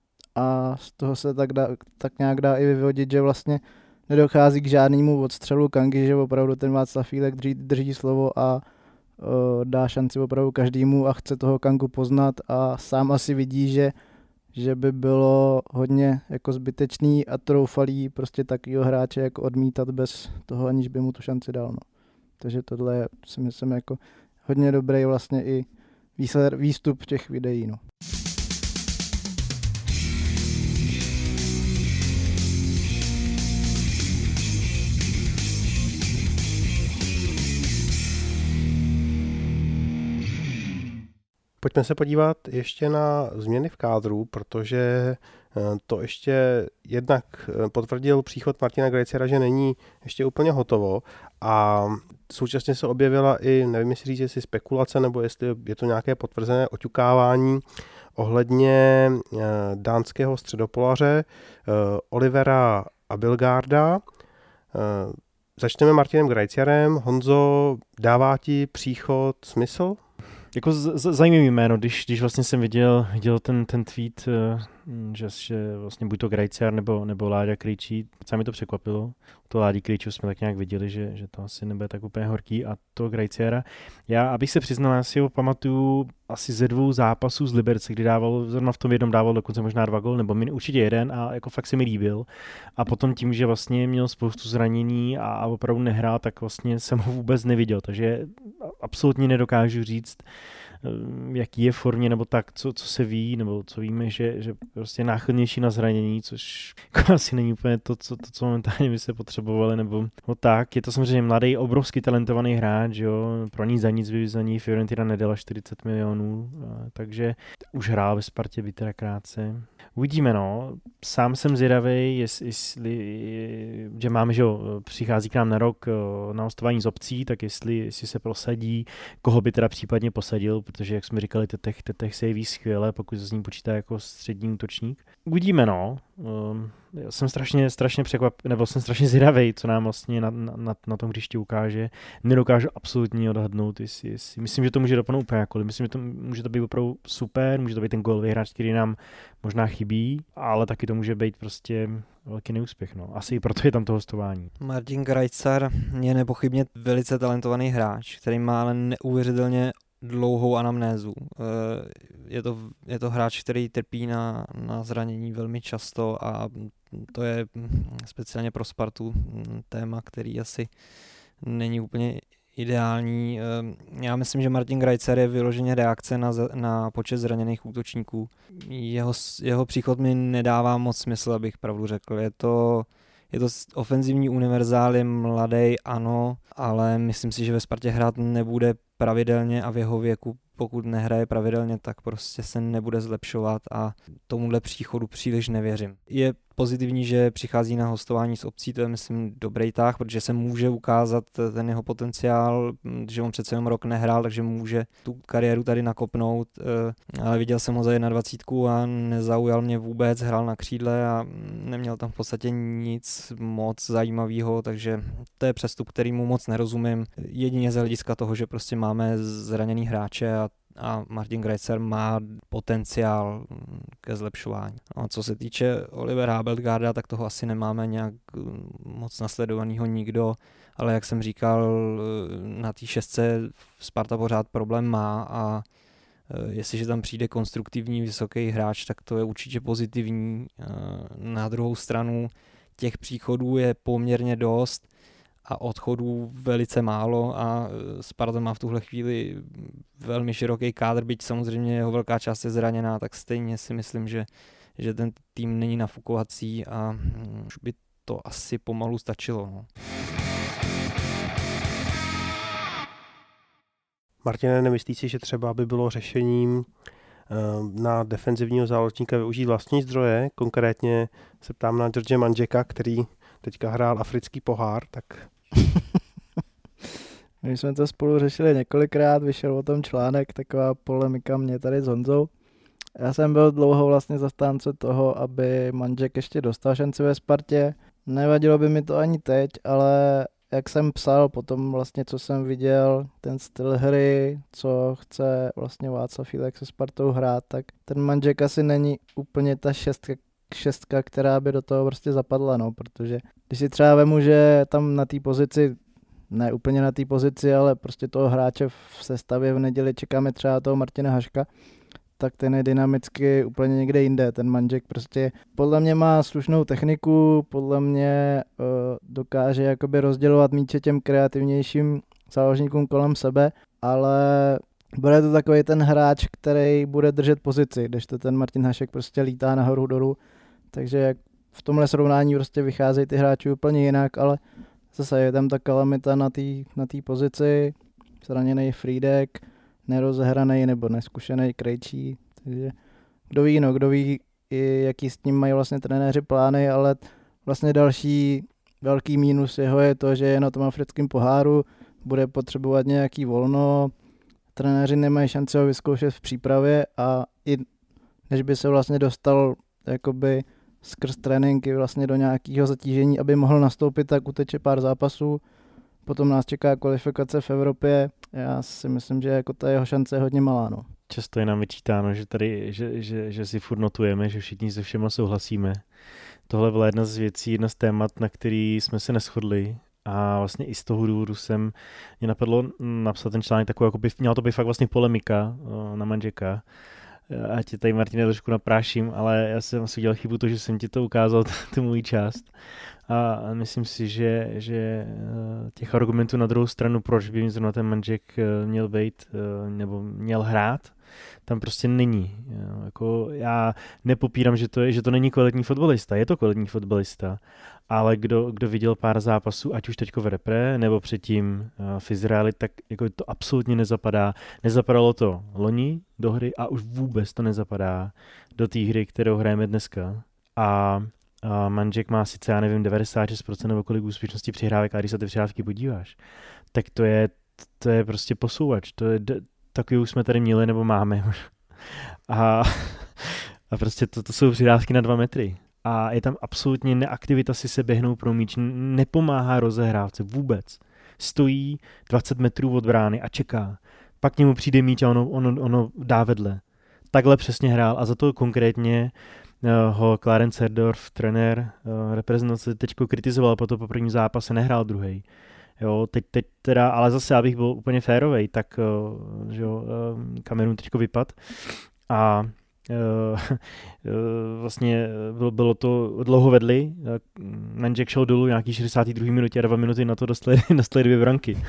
Speaker 7: a z toho se tak, dá, tak nějak dá i vyvodit, že vlastně nedochází k žádnému odstřelu Kangy, že opravdu ten Václav Jílek drží, drží slovo a o, dá šanci opravdu každému a chce toho Kangu poznat, a sám asi vidí, že že by bylo hodně jako zbytečný a troufalý prostě takovýho hráče jako odmítat bez toho, aniž by mu tu šanci dal. No. Takže tohle je, si myslím, jako hodně dobrý vlastně i výsled, výstup těch videí. No.
Speaker 3: Pojďme se podívat ještě na změny v kádru, protože to ještě jednak potvrdil příchod Martina Grejcera, že není ještě úplně hotovo, A současně se objevila i, nevím jestli říct, jestli spekulace, nebo jestli je to nějaké potvrzené oťukávání ohledně dánského středopolaře Olivera Abildgaarda. Začneme Martinem Grajciarem. Honzo, dává ti příchod smysl?
Speaker 4: Jako z- z- zajímavý jméno, když, když vlastně jsem viděl, viděl ten, ten tweet, že, že vlastně buď to Grajciar nebo, nebo Láďa Krejčí, docela mi to překvapilo. To Ládí Krejčího jsme tak nějak viděli, že, že to asi nebude tak úplně horký, a to Grajciara. Já, abych se přiznal, já si ho pamatuju asi ze dvou zápasů z Liberce, kdy dával, zrovna v tom jednom dával dokonce možná dva gól, nebo min, určitě jeden, a jako fakt se mi líbil. A potom tím, že vlastně měl spoustu zranění a, a opravdu nehrál, tak vlastně jsem ho vůbec neviděl, takže absolutně nedokážu říct, jaký je formě, nebo tak, co, co se ví, nebo co víme, že, že prostě náchylnější na zranění, což asi není úplně to, co, to, co momentálně by se potřebovali, nebo no tak. Je to samozřejmě mladý, obrovský talentovaný hráč, jo, pro ní za nic by za ní Fiorentina nedala čtyřicet milionů, takže už hrál ve Spartě, by teda krátce. Uvidíme, no. Sám jsem zvědavý, jestli, že máme, že jo, přichází k nám na rok na hostování z obcí, tak jestli, jestli se prosadí, koho by teda případně posadil, protože, jak jsme říkali, Tetech, Tetech se jeví skvěle, pokud se s ním počítá jako střední útočník. Uvidíme, no. Um, já jsem strašně, strašně překvapený, nebo jsem strašně zvědavý, co nám vlastně na, na, na tom hřišti ukáže. Nedokážu absolutně odhadnout, jestli, jestli, myslím, že to může dopadnout úplně jakkoliv. Myslím, že to může to být opravdu super, může to být ten gólový hráč, který nám možná chybí, ale taky to může být prostě velký neúspěch. No. Asi i proto je tam to hostování.
Speaker 5: Martin Grajcar je nepochybně velice talentovaný hráč, který má ale neuvěřitelně dlouhou anamnézu. Je to, je to hráč, který trpí na, na zranění velmi často, a to je speciálně pro Spartu téma, který asi není úplně ideální. Já myslím, že Martin Grajcar je vyloženě reakce na, na počet zraněných útočníků. Jeho, jeho příchod mi nedává moc smysl, abych pravdu řekl. Je to Je to ofenzivní univerzál, je mladý, ano, ale myslím si, že ve Spartě hrát nebude pravidelně, a v jeho věku, pokud nehraje pravidelně, tak prostě se nebude zlepšovat, a tomuhle příchodu příliš nevěřím. Je pozitivní, že přichází na hostování z obcí, to je, myslím, dobrý tah, protože se může ukázat ten jeho potenciál, že on přece jenom rok nehrál, takže může tu kariéru tady nakopnout, ale viděl jsem ho za dvacet jedna a nezaujal mě vůbec, hrál na křídle a neměl tam v podstatě nic moc zajímavého, takže to je přestup, kterýmu moc nerozumím, jedině z hlediska toho, že prostě máme zraněný hráče, a a Martin Grajcar má potenciál ke zlepšování. A co se týče Olivera Abildgaarda, tak toho asi nemáme nějak moc nasledovaného nikdo, ale jak jsem říkal, na té šestce Sparta pořád problém má, a jestliže tam přijde konstruktivní vysoký hráč, tak to je určitě pozitivní. Na druhou stranu těch příchodů je poměrně dost a odchodů velice málo, a Sparta má v tuhle chvíli velmi široký kádr, byť samozřejmě jeho velká část je zraněná, tak stejně si myslím, že, že ten tým není nafukovací, a už by to asi pomalu stačilo. No.
Speaker 3: Martine, nemyslíš si, že třeba by bylo řešením na defenzivního záložníka využít vlastní zdroje? Konkrétně se ptám na George Mandžeka, který teďka hrál africký pohár, tak...
Speaker 7: My jsme to spolu řešili několikrát, vyšel o tom článek, taková polemika mě tady s Honzou. Já jsem byl dlouho vlastně zastánce toho, aby Mandžek ještě dostal šanci ve Spartě. Nevadilo by mi to ani teď, ale jak jsem psal potom vlastně, co jsem viděl, ten styl hry, co chce vlastně Václav Fílek se Spartou hrát, tak ten Mandžek asi není úplně ta šestka, šestka, která by do toho prostě zapadla, no, protože když si třeba vemu, že tam na té pozici, ne úplně na té pozici, ale prostě toho hráče v sestavě v neděli čekáme třeba toho Martina Haška, tak ten je dynamicky úplně někde jinde. Ten Mandžek prostě podle mě má slušnou techniku, podle mě uh, dokáže jakoby rozdělovat míče těm kreativnějším záložníkům kolem sebe, ale bude to takový ten hráč, který bude držet pozici, kdežto ten Martin Hašek prostě lítá nahoru dolů, takže v tomhle srovnání prostě vycházejí ty hráči úplně jinak, ale zase je tam ta kalamita na té na té pozici, zraněný Frýdek, nerozehraný nebo neskušený Krejčí, takže kdo ví, no, kdo ví, jaký s tím mají vlastně trenéři plány, ale vlastně další velký mínus jeho je to, že je na tom africkém poháru, bude potřebovat nějaký volno, trenéři nemají šanci ho vyzkoušet v přípravě a i než by se vlastně dostal jakoby skrz tréninky vlastně do nějakého zatížení, aby mohl nastoupit, tak uteče pár zápasů. Potom nás čeká kvalifikace v Evropě. Já si myslím, že jako ta jeho šance je hodně malá. No.
Speaker 4: Často je nám vyčítáno, že tady, že, že, že si furt notujeme, že všichni se všema souhlasíme. Tohle byla jedna z věcí, jedna z témat, na který jsme se neshodli. A vlastně i z toho důvodu jsem, mě napadlo napsat ten článek takový, jako by, měla to být fakt vlastně polemika o, na Mandžeka. A tě tady, Martine, trošku napráším, ale já jsem asi udělal chybu to, že jsem ti to ukázal, tu můj část. A myslím si, že, že těch argumentů na druhou stranu, proč by mi zrovna ten Mandžek měl být nebo měl hrát, tam prostě není. Jako já nepopírám, že to, je, že to není kvalitní fotbalista, je to kvalitní fotbalista, ale kdo, kdo viděl pár zápasů, ať už teďko v repre, nebo předtím v Izraeli, tak jako to absolutně nezapadá. Nezapadalo to loni do hry a už vůbec to nezapadá do té hry, kterou hrajeme dneska. A A Mandžek má sice, já nevím, devadesát šest procent nebo kolik úspěšnosti přihrávek, a když se ty přihrávky podíváš, tak to je, to je prostě posouvač. To je, takový už jsme tady měli nebo máme. A, a prostě to, to jsou přihrávky na dva metry. A je tam absolutně neaktivita si se běhnout pro míč, nepomáhá rozehrávce vůbec. Stojí dvacet metrů od brány a čeká. Pak k němu přijde míč a ono, ono, ono dá vedle. Takhle přesně hrál a za to konkrétně ho Clarence Seedorf, trenér reprezentace, teďko kritizoval, po to po prvním zápase nehrál druhej. Jo, teď, teď teda, ale zase, abych byl úplně férovej, tak že jo, Kamerun teďko vypad a vlastně bylo, bylo to dlouho vedli, Mandžek šel dolů nějaký šedesáté druhé minutě a dva minuty na to dostali, dostali dvě branky.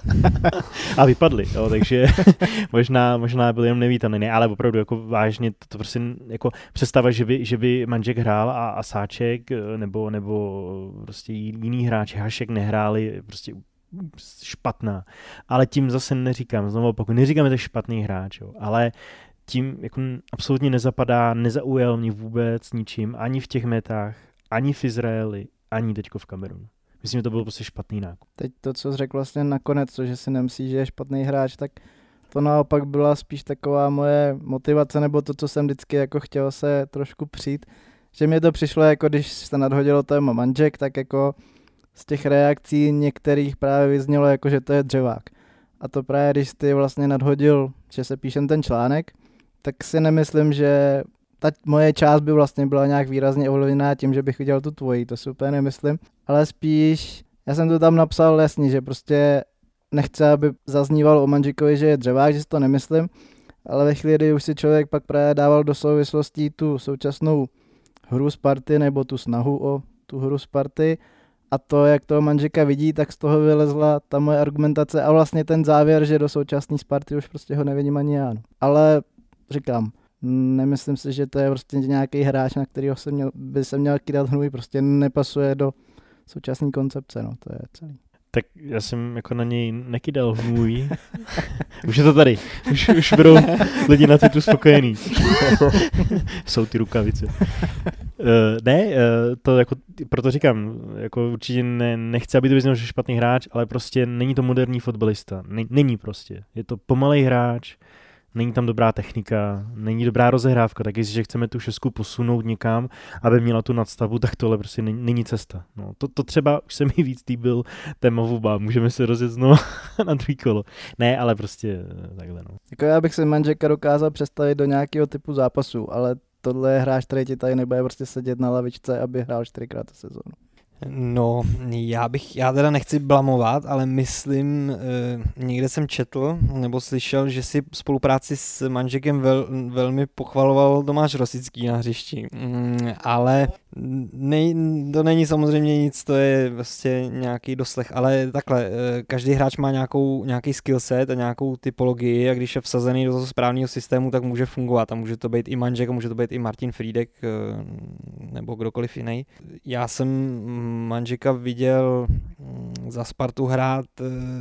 Speaker 4: A vypadli, jo, takže možná, možná byl jenom nevítaný, ne, ale opravdu jako vážně to, to prostě jako představa, že by, že by Mandžek hrál a, a Sáček nebo, nebo prostě jiný hráči, Hašek nehráli, prostě špatná. Ale tím zase neříkám, znovu opakuju, neříkám, že to je špatný hráč, jo, ale tím jako absolutně nezapadá, nezaujal mě vůbec ničím, ani v těch metách, ani v Izraeli, ani teďko v Kamerunu. Myslím, že to byl prostě špatný nákup.
Speaker 7: Teď to, co jsi řekl vlastně nakonec, to, že si nemyslíš, že je špatný hráč, tak to naopak byla spíš taková moje motivace, nebo to, co jsem vždycky jako chtěl se trošku přijít, že mi to přišlo, jako když se nadhodilo téma Mandžek, tak jako z těch reakcí některých právě vyznělo, jako že to je dřevák. A to právě, když ty vlastně nadhodil, že se píšem ten článek, tak si nemyslím, že ta moje část by vlastně byla nějak výrazně ovlivněná tím, že bych viděl tu tvoji, to si úplně nemyslím, ale spíš, já jsem to tam napsal jasně, že prostě nechce, aby zaznívalo o Mandžikovi, že je dřevák, že si to nemyslím, ale ve chvíli, kdy už si člověk pak právě dával do souvislostí tu současnou hru Sparty nebo tu snahu o tu hru Sparty a to, jak toho Mandžika vidí, tak z toho vylezla ta moje argumentace a vlastně ten závěr, že do současné Sparty už prostě ho nevidím ani já. No. Ale říkám, nemyslím si, že to je prostě nějaký hráč, na kterého se měl, by se měl kydat hnůj, prostě nepasuje do současné koncepce, no, to je celý.
Speaker 4: Tak já jsem jako na něj nekydal hnůj. Už je to tady. Už, už budou lidi na Twitteru spokojení. Jsou ty rukavice. Uh, ne, uh, to jako, proto říkám, jako určitě ne, nechci, aby to vyznal, že špatný hráč, ale prostě není to moderní fotbalista. Ne, není prostě. Je to pomalej hráč, není tam dobrá technika, není dobrá rozehrávka, tak jestliže chceme tu šestku posunout někam, aby měla tu nadstavu, tak tohle prostě není, není cesta. No, to, to třeba už se mi víc líbil téma Vuba, můžeme se rozjet znovu na druhý kolo. Ne, ale prostě takhle. No.
Speaker 7: Jako já bych si Mandžeka dokázal představit do nějakého typu zápasu, ale tohle je hráč, který ti tady nebude prostě sedět na lavičce, aby hrál čtyřikrát za sezónu.
Speaker 5: No, já bych, já teda nechci blamovat, ale myslím, e, někde jsem četl nebo slyšel, že si spolupráci s Mandžekem vel, velmi pochvaloval Tomáš Rosický na hřišti, mm, ale nej, to není samozřejmě nic, to je vlastně nějaký doslech, ale takhle, e, každý hráč má nějakou, nějaký skillset a nějakou typologii a když je vsazený do toho správného systému, tak může fungovat a může to být i Mandžek a může to být i Martin Frýdek e, nebo kdokoliv jiný. Já jsem Mandžika viděl za Spartu hrát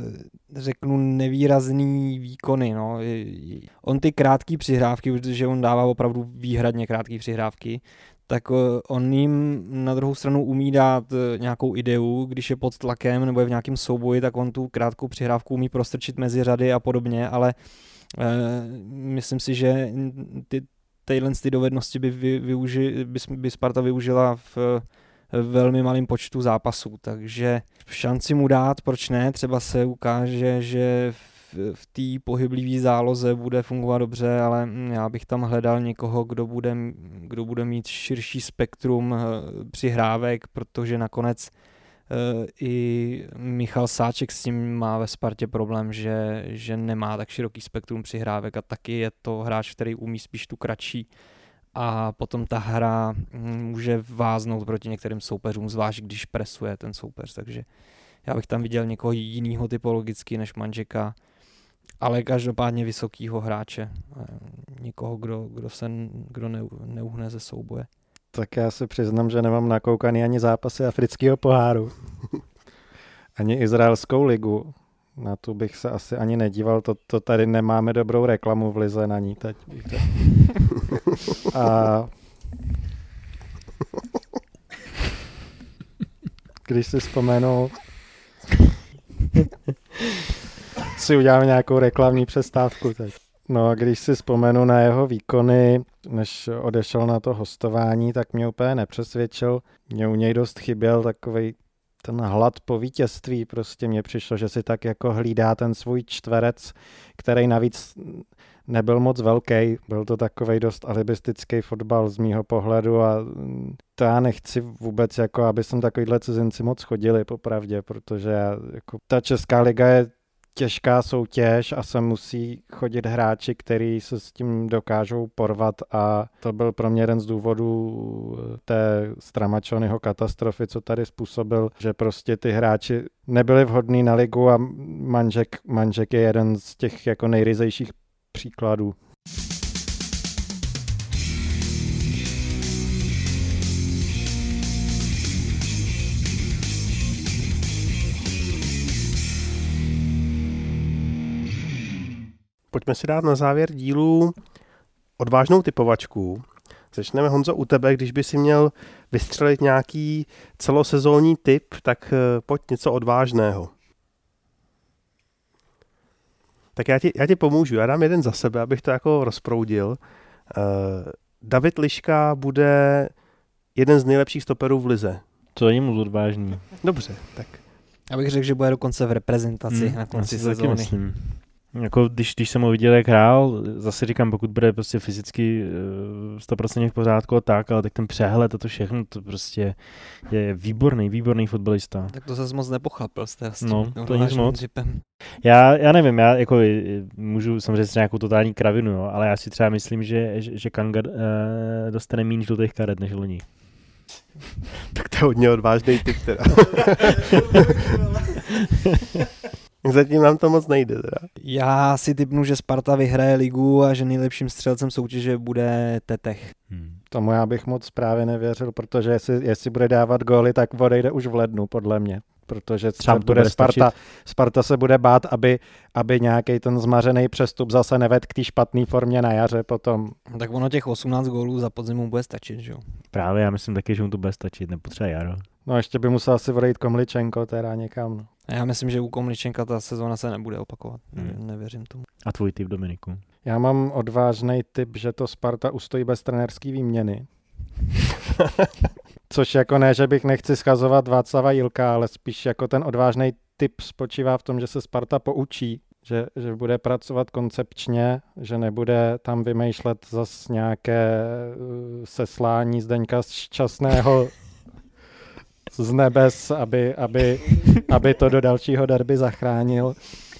Speaker 5: řeknu, nevýrazný výkony. No. On ty krátké přihrávky, protože on dává opravdu výhradně krátké přihrávky, tak on jim na druhou stranu umí dát nějakou ideu, když je pod tlakem nebo je v nějakém souboji, tak on tu krátkou přihrávku umí prostrčit mezi řady a podobně, ale e, myslím si, že ty, tyhle ty dovednosti by, vy, využi, by, by Sparta využila v, v velmi malém počtu zápasů, takže šanci mu dát, proč ne, třeba se ukáže, že v té pohyblivé záloze bude fungovat dobře, ale já bych tam hledal někoho, kdo bude, kdo bude mít širší spektrum přihrávek, protože nakonec uh, i Michal Sáček s tím má ve Spartě problém, že, že nemá tak široký spektrum přihrávek a taky je to hráč, který umí spíš tu kratší a potom ta hra může váznout proti některým soupeřům, zvlášť když presuje ten soupeř, takže já bych tam viděl někoho jiného typologicky než Mandžeka, ale každopádně vysokýho hráče. Někoho, kdo, kdo se kdo ne, neuhne ze souboje.
Speaker 6: Tak já se přiznám, že nemám nakoukaný ani zápasy afrického poháru. Ani izraelskou ligu. Na tu bych se asi ani nedíval. To, to tady nemáme dobrou reklamu v lize na ní teď. A když si vzpomenu, si uděláme nějakou reklamní přestávku teď. No a když si vzpomenu na jeho výkony, než odešel na to hostování, tak mě úplně nepřesvědčil. Mě u něj dost chyběl takovej ten hlad po vítězství. Prostě mně přišlo, že si tak jako hlídá ten svůj čtverec, který navíc nebyl moc velký. Byl to takovej dost alibistický fotbal z mýho pohledu a to já nechci vůbec, jako aby sem takovýhle cizinci moc chodili popravdě, protože jako, ta Česká liga je těžká soutěž a sem musí chodit hráči, kteří se s tím dokážou porvat a to byl pro mě jeden z důvodů té Stramačonyho katastrofy, co tady způsobil, že prostě ty hráči nebyli vhodní na ligu a Mandžek, Mandžek je jeden z těch jako nejryzejších příkladů.
Speaker 3: Pojďme si dát na závěr dílu odvážnou typovačku. Začneme, Honzo, u tebe, když by si měl vystřelit nějaký celosezónní tip, tak pojď něco odvážného. Tak já ti, já ti pomůžu, já dám jeden za sebe, abych to jako rozproudil. Uh, David Liška bude jeden z nejlepších stoperů v lize.
Speaker 4: To není moc odvážný.
Speaker 3: Dobře, tak.
Speaker 5: Já bych řekl, že bude dokonce v reprezentaci hmm, na konci sezóny.
Speaker 4: Jako když, když jsem ho viděl jak hrál, zase říkám, pokud bude prostě fyzicky sto procent v pořádku tak, ale tak ten přehled a to všechno, to prostě je výborný, výborný fotbalista.
Speaker 5: Tak to zase moc nepochlapil jste s tím.
Speaker 4: No, to nic moc. Dřipem. Já, já nevím, já jako můžu samozřejmě s nějakou totální kravinu, jo, ale já si třeba myslím, že, že, že Kanga eh, dostane méně žlutých karet než loni.
Speaker 3: Tak to je hodně odvážný tip teda. Zatím nám to moc nejde teda.
Speaker 5: Já si tipnu, že Sparta vyhraje ligu a že nejlepším střelcem soutěže bude Tetech.
Speaker 6: Hmm. Tomu já bych moc právě nevěřil, protože jestli, jestli bude dávat góly, tak odejde už v lednu, podle mě. Protože třeba bude Sparta, Sparta se bude bát, aby, aby nějaký ten zmařený přestup zase nevedl k té špatné formě na jaře potom.
Speaker 5: Tak ono těch osmnáct gólů za podzimu bude stačit, že jo?
Speaker 4: Právě, já myslím taky, že mu to bude stačit, nepotřebuje jaro.
Speaker 6: No ještě by musel asi odejít Komličenko teda někam. No.
Speaker 5: Já myslím, že u Komličenka ta sezóna se nebude opakovat. Hmm. Nevěřím tomu.
Speaker 4: A tvůj tip, Dominiku?
Speaker 6: Já mám odvážný tip, že to Sparta ustojí bez trenérský výměny. Což jako ne, že bych nechci schazovat Václava Jilka, ale spíš jako ten odvážný tip spočívá v tom, že se Sparta poučí, že, že bude pracovat koncepčně, že nebude tam vymýšlet zas nějaké seslání Zdeňka Šťastného z nebes, aby, aby, aby to do dalšího derby zachránil.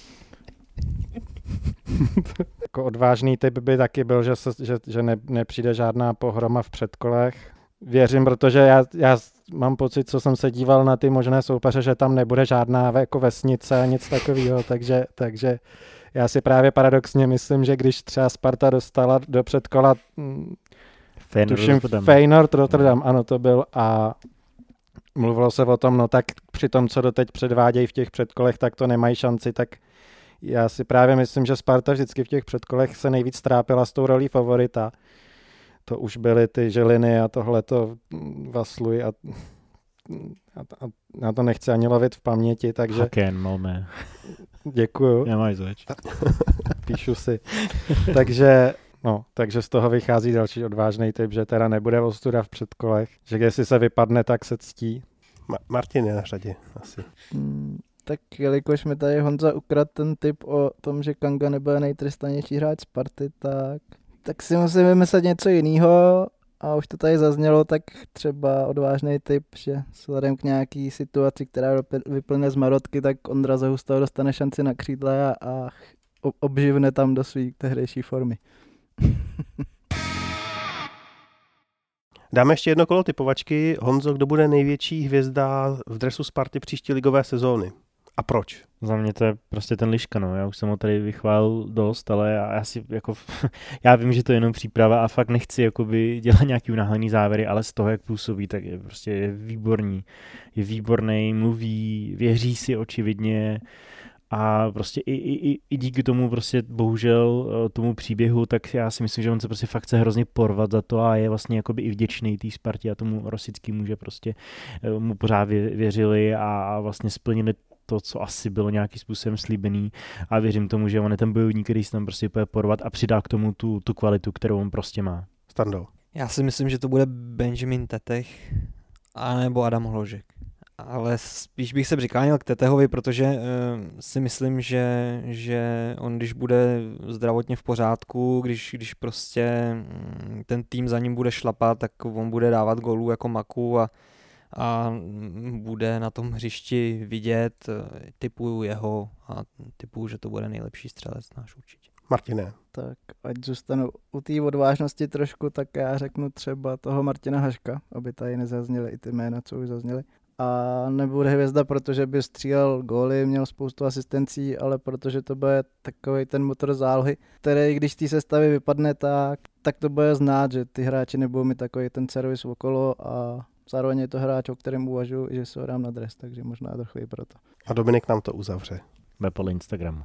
Speaker 6: Jako odvážný tip by taky byl, že, se, že, že ne, nepřijde žádná pohroma v předkolech. Věřím, protože já, já mám pocit, co jsem se díval na ty možné soupeře, že tam nebude žádná jako vesnice, nic takového, takže, takže já si právě paradoxně myslím, že když třeba Sparta dostala do předkola Feyenoord Rotterdam. Feyenoord Rotterdam, ano to byl, a, mluvilo se o tom, no tak při tom, co doteď předvádějí v těch předkolech, tak to nemají šanci, tak já si právě myslím, že Sparta vždycky v těch předkolech se nejvíc trápila s tou rolí favorita. To už byly ty Žiliny a tohleto Vasluj a, a, a na to nechci ani lovit v paměti, takže...
Speaker 4: Haken, Malmö.
Speaker 6: Děkuju.
Speaker 4: Nemáš zač.
Speaker 6: Píšu si. takže, no, takže z toho vychází další odvážný tip, že teda nebude ostuda v předkolech, že jestli se vypadne, tak se ctí.
Speaker 3: Ma- Martin je na řadě asi.
Speaker 7: Hmm, tak jelikož mi tady Honza ukradl ten tip o tom, že Kanga nebude nejtrestanější hráč Sparty, tak, tak si musím vymyslet něco jiného. A už to tady zaznělo, tak třeba odvážný tip, že vzhledem k nějaký situaci, která vyplyne z Marotky, tak Ondra Zahustal dostane šanci na křídle a, a obživne tam do své tehdejší formy.
Speaker 3: Dáme ještě jedno kolo typovačky. Honzo, kdo bude největší hvězda v dresu Sparty příští ligové sezóny? A proč?
Speaker 4: Za mě to je prostě ten Liška, no. Já už jsem ho tady vychválil dost, ale já, já si jako, já vím, že to je jenom příprava a fakt nechci jakoby dělat nějaký unáhlený závěry, ale z toho, jak působí, tak je prostě je výborný. Je výborný, mluví, věří si očividně a prostě i, i, i díky tomu prostě bohužel tomu příběhu, tak já si myslím, že on se prostě fakt chce hrozně porvat za to a je vlastně jakoby i vděčný té Spartě a tomu Rosickýmu, že prostě mu pořád věřili a vlastně splnili to, co asi bylo nějakým způsobem slíbený a věřím tomu, že on je ten bojovník, který se tam prostě bude porvat a přidá k tomu tu, tu kvalitu, kterou on prostě má.
Speaker 3: Stando.
Speaker 5: Já si myslím, že to bude Benjamin Tetech anebo Adam Hložek. Ale spíš bych se přiklánil k Tetehovi, protože uh, si myslím, že, že on, když bude zdravotně v pořádku, když, když prostě um, ten tým za ním bude šlapat, tak on bude dávat gólů jako maku a a bude na tom hřišti vidět, typuju jeho a typuju, že to bude nejlepší střelec náš určitě.
Speaker 3: Martine.
Speaker 7: Tak ať zůstanu u té odvážnosti trošku, tak já řeknu třeba toho Martina Haška, aby tady nezazněly i ty jména, co už zazněly. A nebude hvězda, protože by střílel góly, měl spoustu asistencí, ale protože to bude takový ten motor zálohy, který když z té sestavy vypadne, tak, tak to bude znát, že ty hráči nebudou mít takový ten servis okolo a zároveň je to hráč, o kterém uvažuji, že se ho dám na dres, takže možná trochu i proto.
Speaker 3: A Dominik nám to uzavře.
Speaker 4: Podle Instagramu.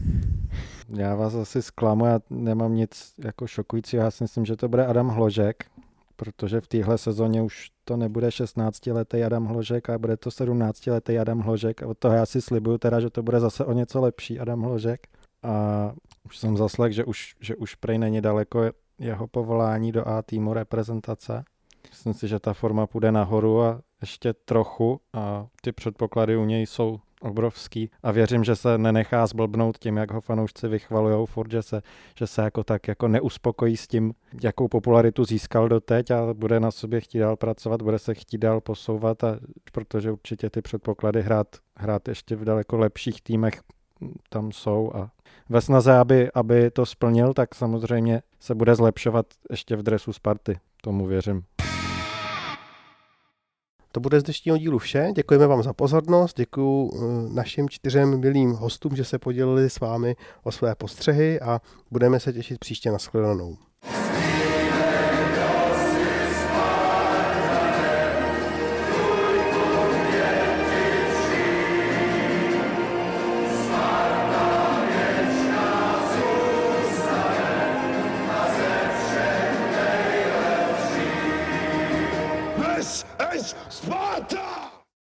Speaker 6: Já vás asi zklamu, já nemám nic jako šokujícího, já si myslím, že to bude Adam Hložek, protože v téhle sezóně už to nebude šestnáctiletý Adam Hložek a bude to sedmnáctiletý Adam Hložek a od toho já si slibuju teda, že to bude zase o něco lepší Adam Hložek a už jsem zaslech, že už, že už prej není daleko jeho povolání do A týmu reprezentace. Myslím si, že ta forma půjde nahoru a ještě trochu a ty předpoklady u něj jsou obrovský a věřím, že se nenechá zblbnout tím, jak ho fanoušci vychvalujou furt, že se, že se jako tak jako neuspokojí s tím, jakou popularitu získal doteď a bude na sobě chtít dál pracovat, bude se chtít dál posouvat a protože určitě ty předpoklady hrát, hrát ještě v daleko lepších týmech tam jsou a ve snaze, aby, aby to splnil, tak samozřejmě se bude zlepšovat ještě v dresu Sparty. Tomu věřím.
Speaker 3: To bude z dnešního dílu vše. Děkujeme vám za pozornost, děkuji našim čtyřem milým hostům, že se podělili s vámi o své postřehy a budeme se těšit příště na shledanou.
Speaker 1: This is Sparta!